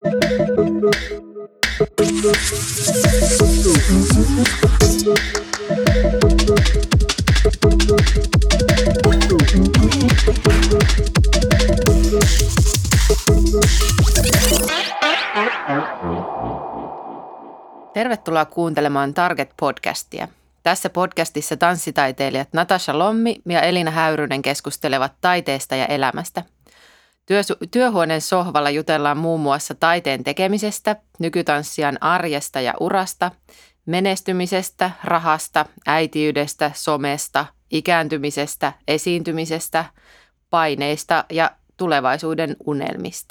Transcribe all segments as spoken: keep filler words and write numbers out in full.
Tervetuloa kuuntelemaan Target-podcastia. Tässä podcastissa tanssitaiteilijat Natasha Lommi ja Elina Häyrynen keskustelevat taiteesta ja elämästä. Työsu- työhuoneen sohvalla jutellaan muun muassa taiteen tekemisestä, nykytanssijan arjesta ja urasta, menestymisestä, rahasta, äitiydestä, somesta, ikääntymisestä, esiintymisestä, paineista ja tulevaisuuden unelmista.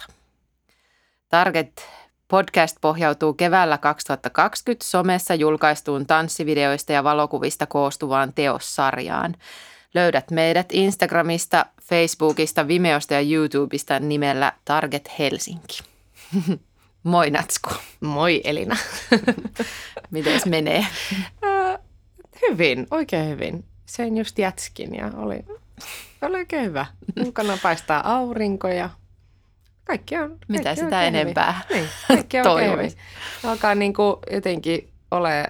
Target podcast pohjautuu keväällä kaksituhattakaksikymmentä somessa julkaistuun tanssivideoista ja valokuvista koostuvaan teossarjaan. Löydät meidät Instagramista, Facebookista, Vimeosta ja YouTubesta nimellä Target Helsinki. Moi Natsku. Moi Elina. Mites menee? Uh, hyvin, oikein hyvin. Söin just jätskin ja oli, oli oikein hyvä. Ulkona paistaa aurinko ja kaikki on kaikki Mitä on sitä enempää niin, kaikki on oikein hyvin. Alkaa niin kuin jotenkin ole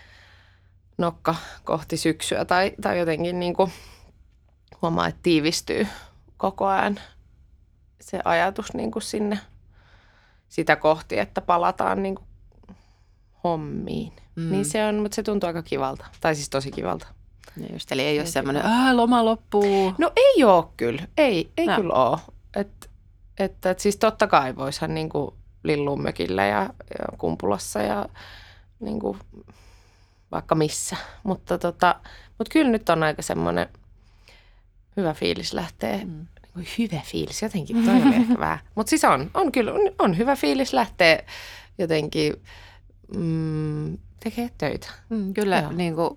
nokka kohti syksyä tai, tai jotenkin niin kuin huomaa, että tiivistyy koko ajan se ajatus niin kuin sinne sitä kohti, että palataan niin kuin hommiin. Mm. Niin se on, mutta se tuntuu aika kivalta. Tai siis tosi kivalta. Ja just, eli ei ole semmoinen, aah, loma loppuu. No ei ole kyllä. Ei, ei no. kyllä ole. Että et, et, siis totta kai voisihan niin kuin Lillun mökillä ja, ja Kumpulassa ja niin kuin vaikka missä. Mutta tota, mut kyllä nyt on aika semmoinen hyvä fiilis lähtee. Mm. Niin hyvä fiilis, jotenkin toi on ehkä vähän. Mutta siis on, on kyllä, on, on hyvä fiilis lähteä jotenkin mm, tekemään töitä. Mm, kyllä, niin kuin,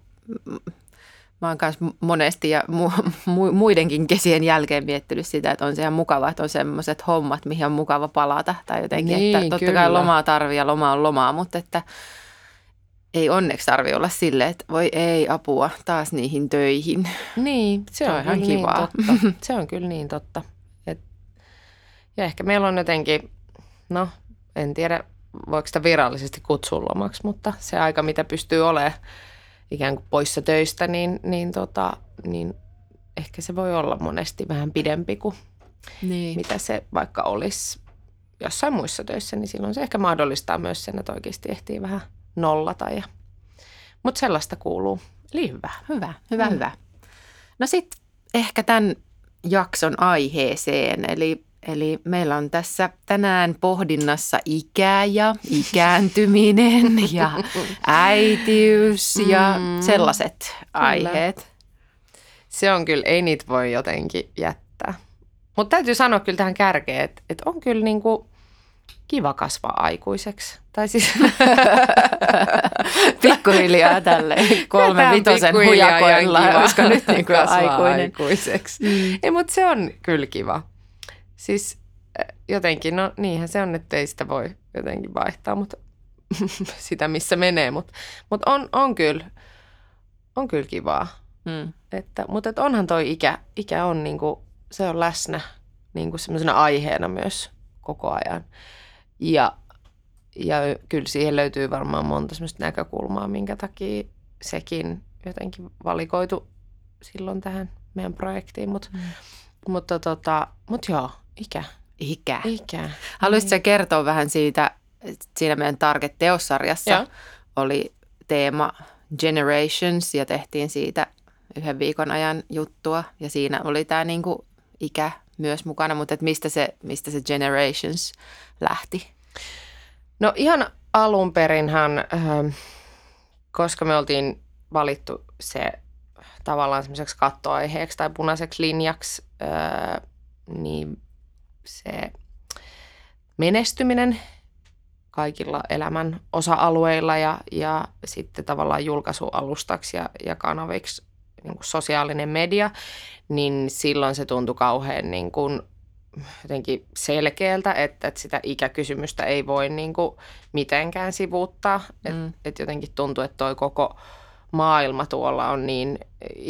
mä oon myös monesti ja mu- mu- muidenkin kesien jälkeen miettinyt sitä, että on se ihan mukava, että on semmoiset hommat, mihin on mukava palata. Tai jotenkin, niin, että totta kyllä. kai lomaa tarvii ja loma on lomaa, mutta että ei onneksi tarvitse olla silleen, että voi ei apua taas niihin töihin. Niin, se, se on, on ihan kivaa. Niin totta. Se on kyllä niin totta. Et, ja ehkä meillä on jotenkin, no en tiedä voiko sitä virallisesti kutsua lomaksi, mutta se aika mitä pystyy olemaan ikään kuin poissa töistä, niin, niin, tota, niin ehkä se voi olla monesti vähän pidempi kuin niin. mitä se vaikka olisi jossain muissa töissä, niin silloin se ehkä mahdollistaa myös sen, että oikeasti ehtii vähän nollata. Ja, mutta sellaista kuuluu. Eli hyvä. Hyvä, hyvä, mm. hyvä. No sitten ehkä tämän jakson aiheeseen, eli, eli meillä on tässä tänään pohdinnassa ikä ja ikääntyminen ja äitiys ja mm. sellaiset aiheet. Kyllä. Se on kyllä, ei niitä voi jotenkin jättää. Mutta täytyy sanoa kyllä tähän kärkeen, että, että on kyllä niinku kiva kasvaa aikuiseksi. Tai siis pikkuhiljaa tälleen kolmen vitosen hujakoilla. Olisiko nyt niin kuin aikuinen? Aikuiseksi. Mm. Ei, mutta se on kyllä kiva. Siis jotenkin, no niinhän se on, että ei sitä voi jotenkin vaihtaa, mutta sitä missä menee. Mutta mut on, on, kyllä, on kyllä kivaa. Mm. Että, mutta et onhan toi ikä, ikä on niinku, se on läsnä niinku semmoisena aiheena myös koko ajan. Ja, ja kyllä siihen löytyy varmaan monta semmoista näkökulmaa, minkä takia sekin jotenkin valikoitu silloin tähän meidän projektiin. Mut, mm. Mutta tota, mut joo, ikä. Ikä. Ikä. Haluaisitko niin. kertoa vähän siitä, siinä meidän Target-teossarjassa joo. oli teema Generations ja tehtiin siitä yhden viikon ajan juttua ja siinä oli tämä niinku ikä myös mukana, mutta et mistä, se, mistä se Generations lähti? No ihan alun perinhan, äh, koska me oltiin valittu se tavallaan semmoiseksi kattoaiheeksi tai punaiseksi linjaksi, äh, niin se menestyminen kaikilla elämän osa-alueilla ja, ja sitten tavallaan julkaisualustaksi ja, ja kanaviksi niin kuin sosiaalinen media, niin silloin se tuntui kauhean niin kuin jotenkin selkeältä, että, että sitä ikäkysymystä ei voi niin kuin mitenkään sivuuttaa. Mm. Että et jotenkin tuntuu, että toi koko maailma tuolla on niin ikä,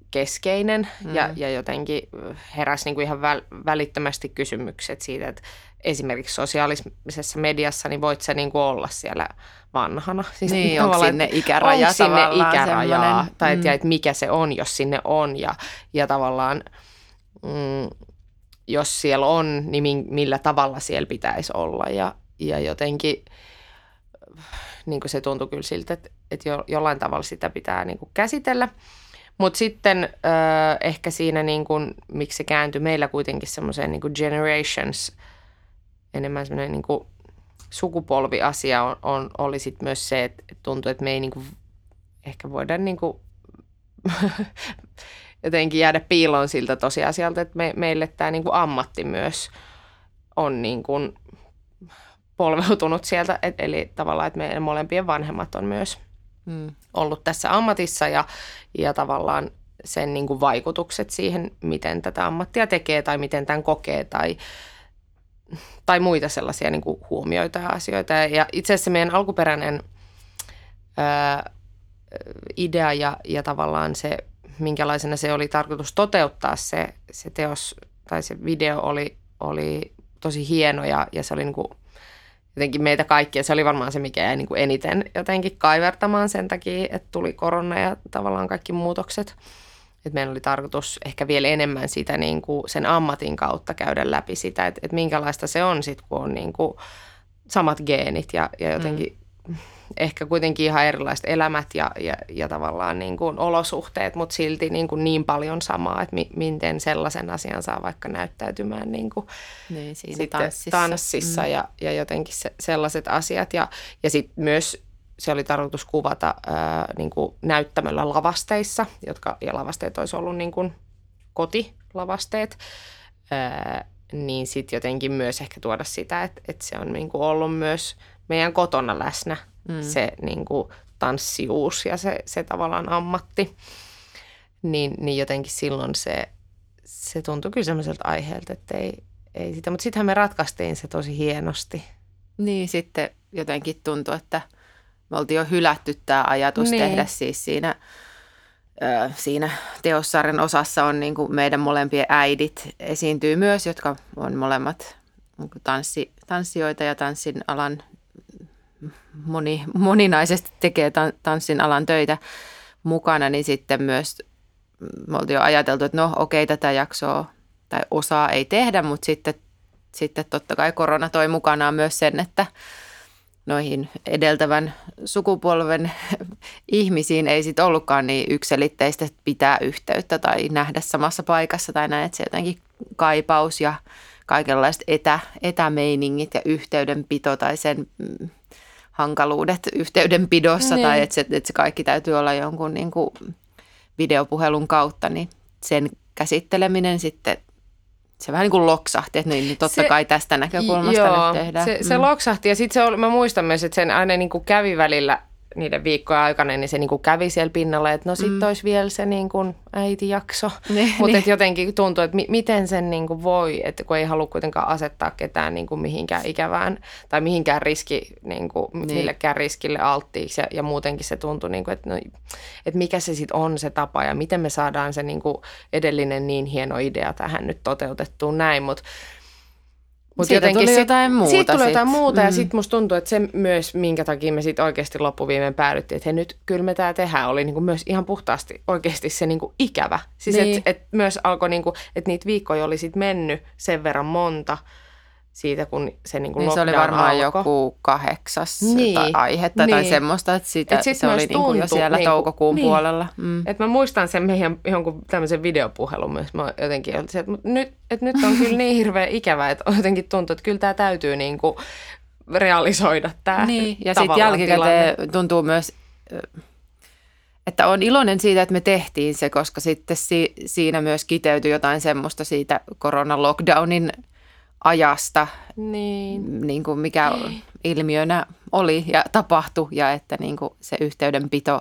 keskeinen Mm. ja, ja jotenkin heräsi niin kuin ihan väl, välittömästi kysymykset siitä, että esimerkiksi sosiaalisessa mediassa niin voit sä niin kuin olla siellä vanhana. Siis niin, onko sinne ikäraja onko sinne ikärajaa, semmoinen... tai mm. että mikä se on, jos sinne on ja, ja tavallaan mm, jos siellä on, niin millä tavalla siellä pitäisi olla ja, ja jotenkin niin kuin se tuntui kyllä siltä, että, että jo, jollain tavalla sitä pitää niin kuin käsitellä. Mutta sitten äh, ehkä siinä, niin kuin, miksi se kääntyi meillä kuitenkin semmoiseen niin kuin generations, enemmän semmoinen niin kuin sukupolviasia on, on, oli sitten myös se, että tuntui, että me ei niin kuin, ehkä voida niin kuin, jotenkin jäädä piiloon siltä tosiasialta, että me, meille tämä niin kuin ammatti myös on niin kuin polveutunut sieltä, et, eli tavallaan, että meidän molempien vanhemmat on myös mm. ollut tässä ammatissa ja, ja tavallaan sen niin kuin vaikutukset siihen, miten tätä ammattia tekee tai miten tämän kokee tai, tai muita sellaisia niin kuin huomioita ja asioita. Ja itse asiassa meidän alkuperäinen ää, idea ja, ja tavallaan se, minkälaisena se oli tarkoitus toteuttaa se, se teos tai se video oli, oli tosi hieno ja, ja se oli niin kuin jotenkin meitä kaikkia. Se oli varmaan se, mikä jäi niin kuin eniten jotenkin kaivertamaan sen takia, että tuli korona ja tavallaan kaikki muutokset. Että meillä oli tarkoitus ehkä vielä enemmän sitä niin kuin sen ammatin kautta käydä läpi sitä, että, että minkälaista se on sitten, kun on niin kuin samat geenit ja, ja jotenkin mm. ehkä kuitenkin ihan erilaiset elämät ja, ja, ja tavallaan niin kuin olosuhteet, mutta silti niin, kuin niin paljon samaa, että mi, miten sellaisen asian saa vaikka näyttäytymään niin kuin niin, siinä tanssissa, tanssissa mm. ja, ja jotenkin se, sellaiset asiat. Ja, ja sitten myös se oli tarkoitus kuvata ää, niin kuin näyttämöllä lavasteissa, jotka, ja lavasteet olisi ollut niin kuin kotilavasteet, ää, niin sitten jotenkin myös ehkä tuoda sitä, että, että se on niin kuin ollut myös meidän kotona läsnä. Mm. Se niin kuin tanssijuus ja se, se tavallaan ammatti, niin, niin jotenkin silloin se, se tuntui kyllä sellaiselta aiheelta, että ei, ei sitä. Mutta sittenhän me ratkaistiin se tosi hienosti. Niin, sitten jotenkin tuntui, että me oltiin jo hylätty tämä ajatus niin. tehdä siis siinä, ö, siinä teossarjan osassa on niin kuin meidän molempien äidit esiintyy myös, jotka on molemmat niin kuin tanssi, tanssijoita ja tanssin alan Moni, moninaisesti tekee tanssin alan töitä mukana, niin sitten myös me oltiin jo ajateltu, että no okei, tätä jaksoa tai osaa ei tehdä, mutta sitten, sitten totta kai korona toi mukanaan myös sen, että noihin edeltävän sukupolven ihmisiin ei sitten ollutkaan niin yksiselitteistä pitää yhteyttä tai nähdä samassa paikassa tai näin, että se jotenkin kaipaus ja kaikenlaiset etä, etämeiningit ja yhteydenpito tai sen hankaluudet yhteydenpidossa niin. tai että se, että se kaikki täytyy olla jonkun niin kuin videopuhelun kautta, niin sen käsitteleminen sitten, se vähän niin kuin loksahti, että niin, niin totta se, kai tästä näkökulmasta joo, nyt tehdään. Se, se mm. loksahti ja sitten se oli, mä muistan myös, että sen aina niin kuin kävi välillä niiden viikkojen aikana, niin se niin kuin kävi siellä pinnalla, että no sitten mm. olisi vielä se niin kuin äitijakso. Niin, mutta niin. jotenkin tuntuu, että mi- miten sen niin kuin voi, että kun ei halua kuitenkaan asettaa ketään niin kuin mihinkään ikävään tai mihinkään riski, niin kuin, niin. millekään riskille alttiiksi. Ja, ja muutenkin se tuntui, niin kuin, että, no, että mikä se sitten on se tapa ja miten me saadaan se niin kuin edellinen niin hieno idea tähän nyt toteutettuun näin, mutta Mut siitä tuli sit, jotain muuta. Siitä tuli sit. jotain muuta mm. ja sitten musta tuntuu, että se myös, minkä takia me sitten oikeasti loppuviimeen päädyttiin, että he nyt kyllä me tämä tehdään, oli niinku myös ihan puhtaasti oikeasti se niinku ikävä. Siis niin. että et myös alkoi, niinku, että niitä viikkoja oli sitten mennyt sen verran monta siitä, kun se niinku niin lockdown se oli varmaan alkoi. Joku kahdeksas niin. tai aihetta niin. tai semmoista, että sitä, et se oli niinku jo siellä niinku, toukokuun niin. puolella. Mm. Et mä muistan sen meidän jonkun tämmöisen videopuhelun myös. Mä jotenkin olin se, että nyt, et nyt on kyllä niin hirveän ikävä, että jotenkin tuntuu, että kyllä tämä täytyy niinku realisoida tämä niin. Ja sitten jälkikäteen tuntuu myös, että on iloinen siitä, että me tehtiin se, koska sitten si- siinä myös kiteytyi jotain semmoista siitä korona-lockdownin ajasta, niin. Niin kuin mikä niin. ilmiönä oli ja tapahtui ja että niin kuin se yhteydenpito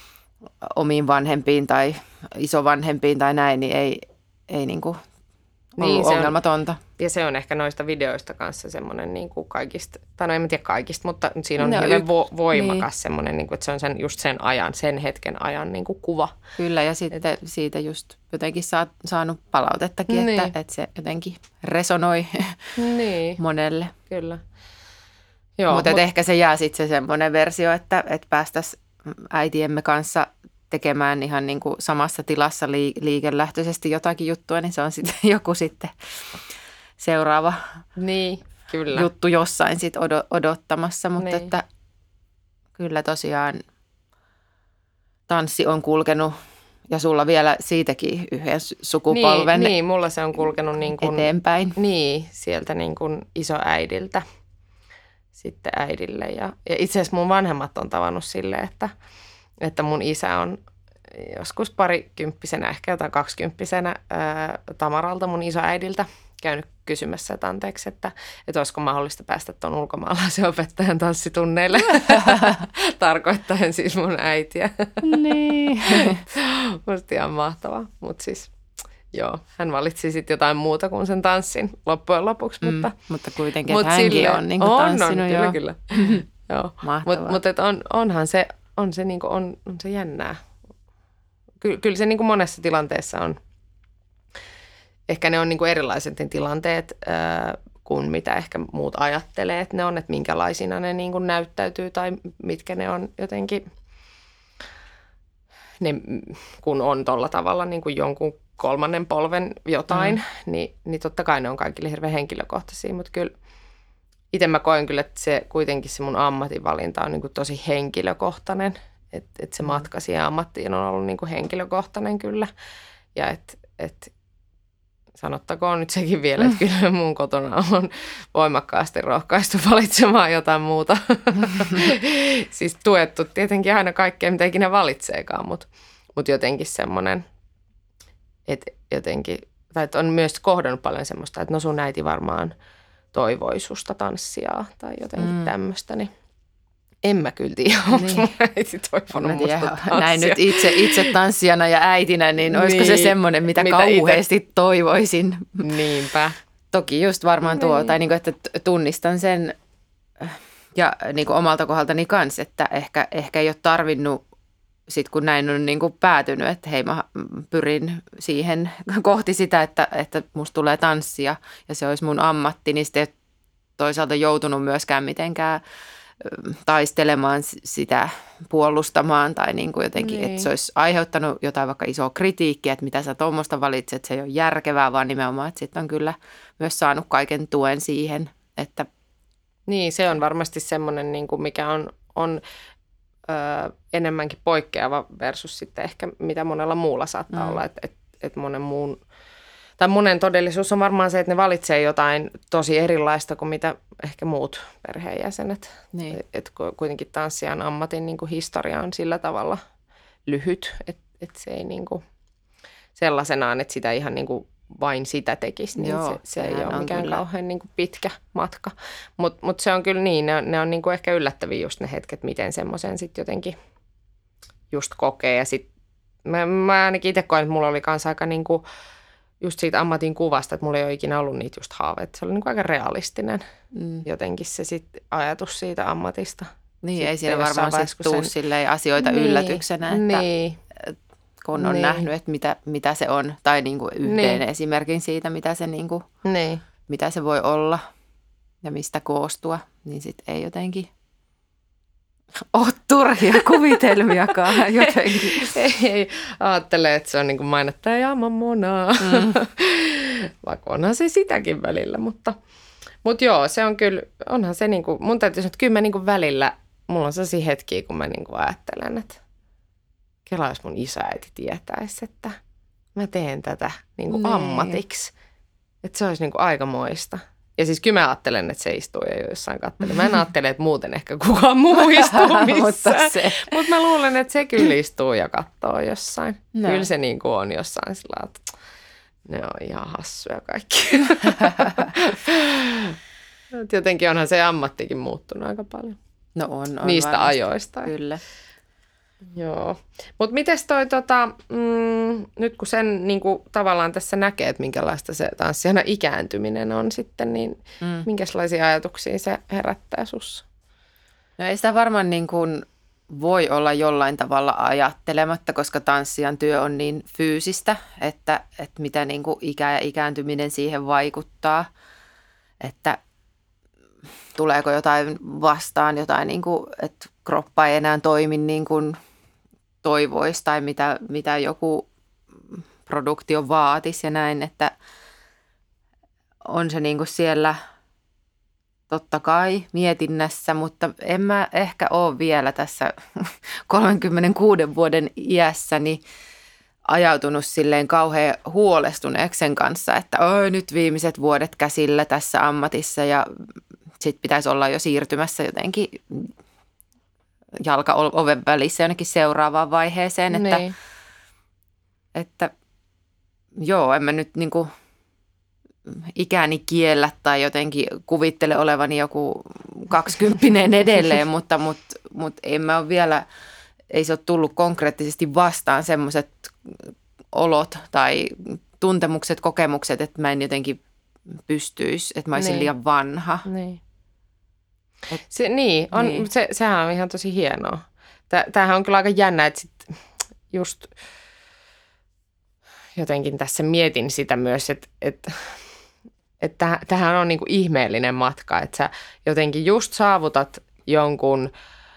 omiin vanhempiin tai isovanhempiin tai näin, niin ei, ei niin kuin ollut niin, ongelmatonta. On, ja se on ehkä noista videoista kanssa semmoinen niin kuin kaikista, tai no en tiedä kaikista, mutta siinä on no, hyvin vo- voimakas niin. semmoinen, niin kuin, että se on sen, just sen ajan, sen hetken ajan niin kuin kuva. Kyllä, ja sitten et, siitä just jotenkin saa, saanut palautettakin, niin. että, että se jotenkin resonoi niin. monelle. Kyllä. Mutta mut, ehkä se jää sitten se semmoinen versio, että, että päästäisiin äitiemme kanssa tekemään ihan niin kuin samassa tilassa liikelähtöisesti jotakin juttua, niin se on sitten joku sitten seuraava niin, kyllä. juttu jossain sitten odottamassa. Mutta niin. että kyllä tosiaan tanssi on kulkenut ja sulla vielä siitäkin yhden sukupolven niin, niin, mulla se on kulkenut niin kuin, eteenpäin. Niin, sieltä niin kuin isoäidiltä sitten äidille. Ja, ja itse asiassa mun vanhemmat on tavannut silleen, että että mun isä on joskus parikymppisenä, ehkä jotain kaksikymppisenä ää, Tamaralta, mun isoäidiltä, käynyt kysymässä, että anteeksi, että, että olisiko mahdollista päästä tuon ulkomaalaisen opettajan tanssitunneille. Tarkoittaen siis mun äitiä. Niin. Musta ihan mahtavaa, mutta siis joo, hän valitsi sitten jotain muuta kuin sen tanssin loppujen lopuksi. Mm, mutta, mutta kuitenkin, että hänkin sille, on niin kuin on, tanssinut. On, joo. kyllä, kyllä. Joo. Mutta mut, on, onhan se... On se, niin kuin, on, on se jännää. Ky, kyllä se niin kuin monessa tilanteessa on. Ehkä ne on niin kuin erilaiset ne tilanteet ää, kuin mitä ehkä muut ajattelee, että ne on, että minkälaisina ne niin kuin näyttäytyy tai mitkä ne on jotenkin, ne, kun on tuolla tavalla niin kuin jonkun kolmannen polven jotain, mm. niin, niin totta kai ne on kaikille hirveän henkilökohtaisia, mutta kyllä itse mä koen kyllä, että se kuitenkin se mun ammatinvalinta on niin kuin tosi henkilökohtainen, että et se matka siihen ammattiin on ollut niin kuin henkilökohtainen kyllä. Ja että et, sanottakoon nyt sekin vielä, että kyllä mun kotona on voimakkaasti rohkaistu valitsemaan jotain muuta. Siis tuettu tietenkin aina kaikkea, mitä ikinä valitseekaan, mutta mut jotenkin semmoinen, että jotenkin, tai että on myös kohdannut paljon semmoista, että no sun äiti varmaan toivoisi susta tanssia tai jotenkin mm. tämmöistä, niin en mä kyllä tiedä, niin. Mutta mun äiti toivonut musta tanssia. Näin nyt itse, itse tanssijana ja äitinä, niin, niin olisiko se semmoinen, mitä, mitä kauheasti ite... toivoisin? Niinpä. Toki just varmaan tuo, niin. tai niin kuin, että tunnistan sen ja niin kuin omalta kohdaltani kanssa, että ehkä, ehkä ei ole tarvinnut, sit kun näin on niin kuin päätynyt, että hei mä pyrin siihen kohti sitä, että, että musta tulee tanssia ja se olisi mun ammatti, niin sitten ei toisaalta joutunut myöskään mitenkään taistelemaan sitä, puolustamaan tai niin kuin jotenkin, niin. Että se olisi aiheuttanut jotain vaikka isoa kritiikkiä, että mitä sä tuommoista valitset, se ei ole järkevää, vaan nimenomaan, että sitten on kyllä myös saanut kaiken tuen siihen, että... Niin, se on varmasti semmoinen, niin kuin mikä on, on ö, enemmänkin poikkeava versus sitten ehkä mitä monella muulla saattaa mm. olla, että et, et monen muun... Tai monen todellisuus on varmaan se, että ne valitsee jotain tosi erilaista kuin mitä ehkä muut perheenjäsenet. Niin. Että kuitenkin tanssijan ammatin niin kuin historia on sillä tavalla lyhyt, että, että se ei niin kuin sellaisenaan, että sitä ihan niin kuin vain sitä tekisi, niin Joo, se, se ei ole mikään kyllä. kauhean niin kuin pitkä matka. Mutta mut se on kyllä niin, ne on, ne on niin kuin ehkä yllättäviä just ne hetket, miten semmoisen sitten jotenkin just kokee. Ja sitten mä, mä ainakin itse koen, että mulla oli kanssa aika niin kuin just siitä ammatin kuvasta, että mulla ei ole ikinä ollut niitä just haaveita. Se oli niin kuin aika realistinen mm. jotenkin se sit ajatus siitä ammatista. Niin, sitten ei siinä varmaan sitten tuu sen... asioita niin, yllätyksenä, että niin. kun on niin. nähnyt, että mitä, mitä se on. Tai niin kuin yhden niin. esimerkin siitä, mitä se, niin kuin, niin. mitä se voi olla ja mistä koostua, niin sitten ei jotenkin ole turhia kuvitelmiakaan jotenkin. ei, ei. Ajattele, että se on niin kuin mainottaja ja mammonaa. Mm. Vaikka onhan se sitäkin välillä, mutta, mutta joo, se on kyllä, onhan se niin kuin, mun täytyy sanoa, että kyllä mä niin kuin välillä, mulla on sellaisia hetkiä, kun mä niin kuin ajattelen, että kela jos mun isoäiti tietäisi, että mä teen tätä niin kuin ammatiksi. Että se olisi niin kuin aikamoista. Ja siis kyllä mä ajattelen, että se istuu jo jossain kattelemaan. Mä en ajattele, että muuten ehkä kukaan muu istuu missään. Mutta Mut mä luulen, että se kyllä istuu ja katsoo jossain. No. Kyllä se niin kuin on jossain sillä, että ne on ihan hassuja kaikki. Jotenkin onhan se ammattikin muuttunut aika paljon. No on, on niistä varmasti. Ajoista. Kyllä. Joo. Mutta mites toi, tota, mm, nyt kun sen niin kuin, tavallaan tässä näkee, että minkälaista se tanssijana ikääntyminen on sitten, niin mm. minkälaisia ajatuksia se herättää sussa? No ei sitä varmaan niin kuin voi olla jollain tavalla ajattelematta, koska tanssijan työ on niin fyysistä, että, että mitä niin kuin ikä ja ikääntyminen siihen vaikuttaa, että tuleeko jotain vastaan, jotain niin kuin, että kroppa ei enää toimi niin kuin toivoisi tai mitä, mitä joku produktio vaatisi ja näin, että on se niin kuin siellä totta kai mietinnässä, mutta en mä ehkä ole vielä tässä kolmenkymmenenkuuden vuoden iässäni ajautunut silleen kauhean huolestuneeksi sen kanssa, että oi nyt viimeiset vuodet käsillä tässä ammatissa ja sitten pitäisi olla jo siirtymässä jotenkin jalka oven välissä jonnekin seuraavaan vaiheeseen, että, niin. että joo, en mä nyt niinku ikäni kiellä tai jotenkin kuvittele olevani joku kaksikymppinen edelleen, mutta, mutta, mutta en mä ole vielä, ei se ole tullut konkreettisesti vastaan semmoiset olot tai tuntemukset, kokemukset, että mä en jotenkin pystyisi, että mä olisin niin. liian vanha. Niin. Et, se, niin, on, niin. Se, sehän on ihan tosi hienoa. Tämähän on kyllä aika jännä, että sit just jotenkin tässä mietin sitä myös, että, että, että tämähän on niin kuin ihmeellinen matka, että sä jotenkin just saavutat jonkun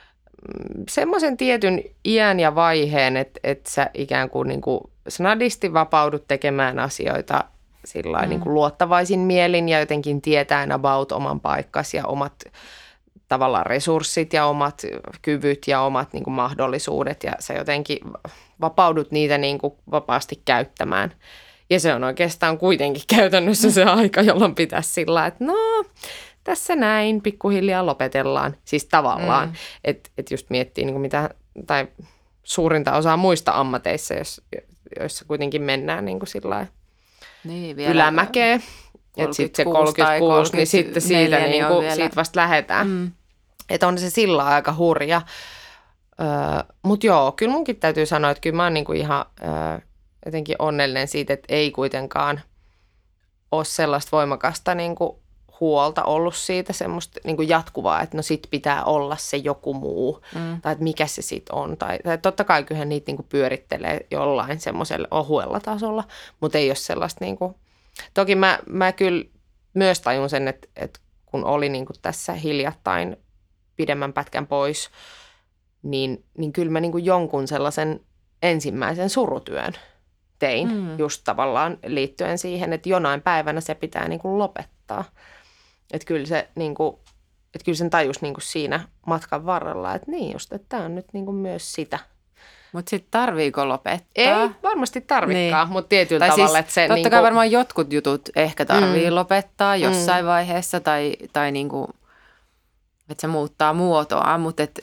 semmoisen tietyn iän ja vaiheen, että, että sä ikään kuin, niin kuin snadisti vapaudut tekemään asioita sillain mm. niin kuin luottavaisin mielin ja jotenkin tietäen about oman paikkasi ja omat tavallaan resurssit ja omat kyvyt ja omat niin kuin mahdollisuudet ja sä jotenkin vapaudut niitä niin kuin vapaasti käyttämään. Ja se on oikeastaan kuitenkin käytännössä se aika, jolloin pitäisi sillä, että no tässä näin pikkuhiljaa lopetellaan. Siis tavallaan, mm. että et just miettii niin kuin mitä, tai suurinta osaa muista ammateissa, jos, joissa kuitenkin mennään niin kuin sillä niin, ylämäkeen. Että sitten se kolmekymmentäkuusi, niin sitten siitä, niin niin kuin, siitä vasta lähdetään. Mm. Että on se sillä aika hurja. Öö, Mutta joo, kyllä munkin täytyy sanoa, että kyllä mä oon niinku ihan öö, jotenkin onnellinen siitä, että ei kuitenkaan ole sellaista voimakasta niinku huolta ollut siitä semmoista niinku jatkuvaa, että no sit pitää olla se joku muu mm. tai että mikä se sit on. Tai, tai totta kai kyllähän niitä niinku pyörittelee jollain semmoisella ohuella tasolla, mutta ei ole sellaista niinku. Toki mä, mä kyllä myös tajun sen, että, että kun oli niinku tässä hiljattain pidemmän pätkän pois, niin, niin kyllä mä niin kuin jonkun sellaisen ensimmäisen surutyön tein mm. just tavallaan liittyen siihen, että jonain päivänä se pitää niin kuin lopettaa. Että kyllä, se, niin kuin, että kyllä sen tajus niin kuin siinä matkan varrella, että niin just, että tämä on nyt niin kuin myös sitä. Mutta sitten tarviiko lopettaa? Ei varmasti tarvikaan, niin. Mutta tietyllä tai tavalla, siis, että se totta niin kai kuin varmaan jotkut jutut ehkä tarvii mm. lopettaa jossain mm. vaiheessa tai, tai niin kuin että se muuttaa muotoa, mutta et,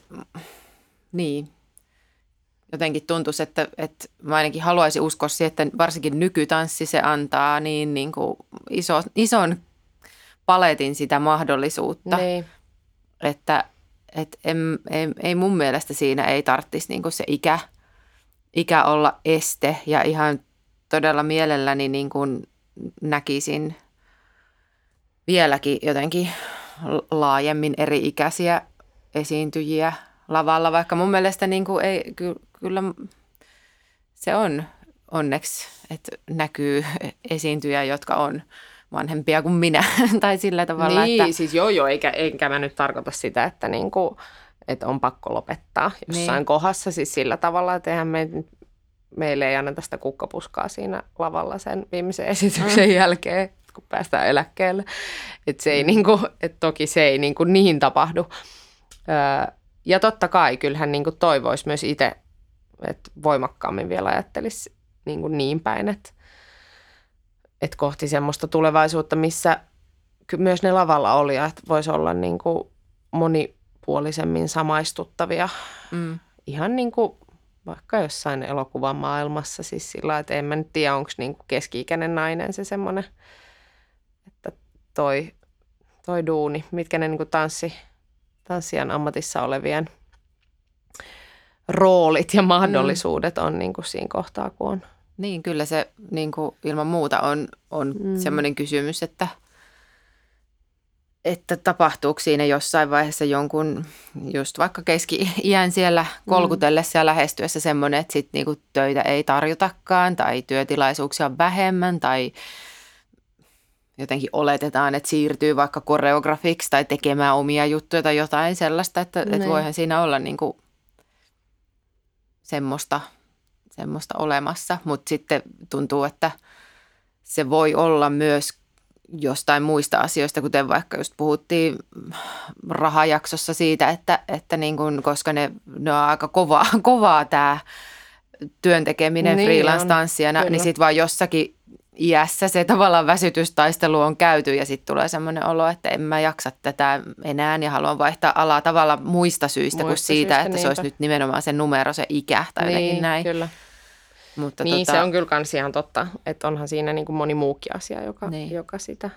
niin. Jotenkin tuntuisi, että, että mä ainakin haluaisin uskoa siihen, että varsinkin nykytanssi se antaa niin, niin kuin iso, ison paletin sitä mahdollisuutta, niin. että, että en, ei, ei mun mielestä siinä ei tarvitsisi niin kuin se ikä, ikä olla este ja ihan todella mielelläni niin kuin näkisin vieläkin jotenkin laajemmin eri-ikäisiä esiintyjiä lavalla, vaikka mun mielestä niin kuin ei, ky, kyllä se on onneksi, että näkyy esiintyjiä, jotka on vanhempia kuin minä tai sillä tavalla. Niin, että siis joo joo, eikä, enkä mä nyt tarkoita sitä, että, niin kuin, että on pakko lopettaa jossain niin. kohdassa siis sillä tavalla, että eihän me, meille ei anneta sitä kukkapuskaa siinä lavalla sen viimeisen esityksen mm. jälkeen, kun päästään eläkkeelle. Että se ei mm. niinku, et toki se ei niinku niin tapahdu. Öö, ja totta kai kyllähän niinku toivoisi myös itse, että voimakkaammin vielä ajattelisi niinku niin päin, että et kohti semmoista tulevaisuutta, missä myös ne lavalla olijat voisi olla niinku monipuolisemmin samaistuttavia. Mm. Ihan niinku vaikka jossain elokuvan maailmassa siis sillä, että en mä nyt tiedä, onko niinku keski-ikäinen nainen se semmoinen, että toi, toi duuni, mitkä ne niinku tanssi, tanssijan ammatissa olevien roolit ja mahdollisuudet on niin kuin siinä kohtaa, kun on. Niin, kyllä se niin kuin ilman muuta on, on mm. semmoinen kysymys, että, että tapahtuuko siinä jossain vaiheessa jonkun just vaikka keski-iän siellä kolkutellessa ja lähestyessä semmoinen, että sitten niin kuin töitä ei tarjotakaan tai työtilaisuuksia on vähemmän tai jotenkin oletetaan, että siirtyy vaikka koreografiksi tai tekemään omia juttuja tai jotain sellaista, että, että voihan siinä olla niin kuin semmoista, semmoista olemassa, mutta sitten tuntuu, että se voi olla myös jostain muista asioista, kuten vaikka just puhuttiin rahajaksossa siitä, että, että niin kuin, koska ne, ne on aika kovaa, kovaa tämä työn tekeminen niin freelance-tanssijana, niin sitten vaan jossakin iässä se tavallaan väsytystaistelu on käyty ja sitten tulee semmoinen olo, että en mä jaksa tätä enää ja haluan vaihtaa alaa tavallaan muista syistä muista kuin siitä, syistä, että niinpä. Se olisi nyt nimenomaan se numero, se ikä tai niin, jotenkin näin. Kyllä. Mutta niin, tota, se on kyllä kans ihan totta, että onhan siinä niin kuin moni muukin asia, joka, niin. joka sitä.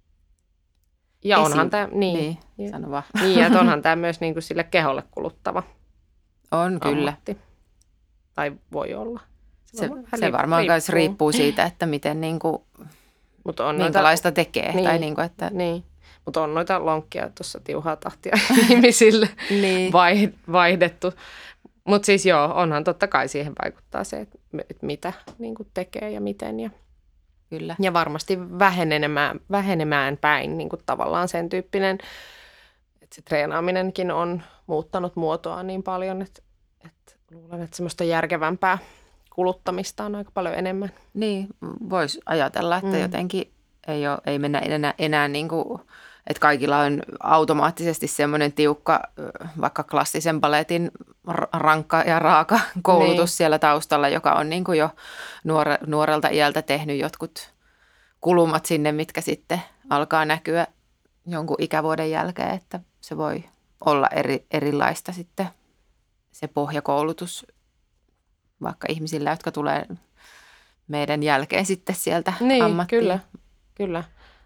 Ja Esi- onhan tämä, niin, niin, sano vaan. Niin, että onhan tämä myös niin kuin sille keholle kuluttava on kyllä. ammatti. Tai voi olla. Se, se, se varmaan myös riippuu siitä, että miten niin kuin, Mut on minkälaista noita, tekee. Niin, tai niin kuin, että, niin. Mutta on noita lonkkia tuossa tiuhaa tahtia ihmisille niin. vaihdettu. Mutta siis joo, onhan totta kai siihen vaikuttaa se, että mitä niin kuin tekee ja miten. Ja, Kyllä. ja varmasti vähenemään, vähenemään päin niin kuin tavallaan sen tyyppinen, että se treenaaminenkin on muuttanut muotoa niin paljon, että, että luulen, että semmoista järkevämpää kuluttamista on aika paljon enemmän. Niin, voisi ajatella, että mm. jotenkin ei, ole, ei mennä enää, enää niin kuin, että kaikilla on automaattisesti semmoinen tiukka, vaikka klassisen baletin rankka ja raaka koulutus niin. siellä taustalla, joka on niin kuin jo nuore, nuorelta iältä tehnyt jotkut kulumat sinne, mitkä sitten alkaa näkyä jonkun ikävuoden jälkeen, että se voi olla eri, erilaista sitten se pohjakoulutus vaikka ihmisillä, jotka tulee meidän jälkeen sitten sieltä niin, ammattiin. Kyllä, kyllä.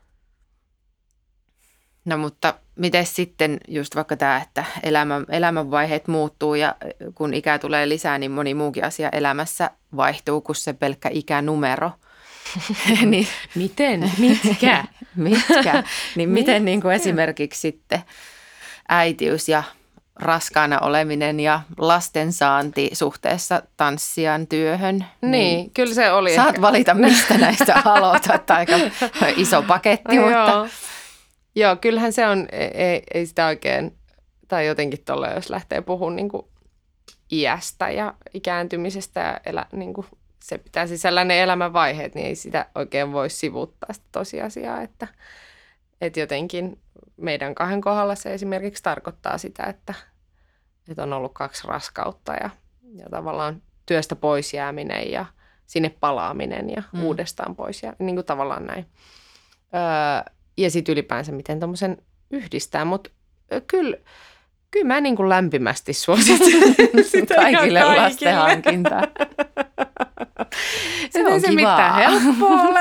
No mutta miten sitten just vaikka tämä, että elämän, elämänvaiheet muuttuu ja kun ikää tulee lisää, niin moni muukin asia elämässä vaihtuu kuin se pelkkä ikänumero. niin, miten? Mitkä? Mitkä? Niin miten niin kuin esimerkiksi sitten äitiys ja raskaana oleminen ja lastensaanti suhteessa tanssijan työhön. Niin, niin kyllä se oli. Saat ehkä. valita, mistä näistä aloitat. Aika iso paketti, mutta... Joo. Joo, kyllähän se on, ei, ei sitä oikein, tai jotenkin tolle, jos lähtee puhumaan niin kuin iästä ja ikääntymisestä ja elä, niin kuin se pitää sisällä ne elämänvaiheet, niin ei sitä oikein voi sivuuttaa sitä tosiasiaa, että, että jotenkin meidän kahden kohdalla se esimerkiksi tarkoittaa sitä, että, että on ollut kaksi raskautta ja, ja tavallaan työstä pois jääminen ja sinne palaaminen ja mm. uudestaan pois ja niin kuin tavallaan näin. Öö, ja sitten ylipäänsä miten tuommoisen yhdistää, mutta kyllä, kyllä mä niin kuin lämpimästi suosittelen sitä kaikille lasten hankintaa. Se on ei se kivaa. mitään helppoa ole,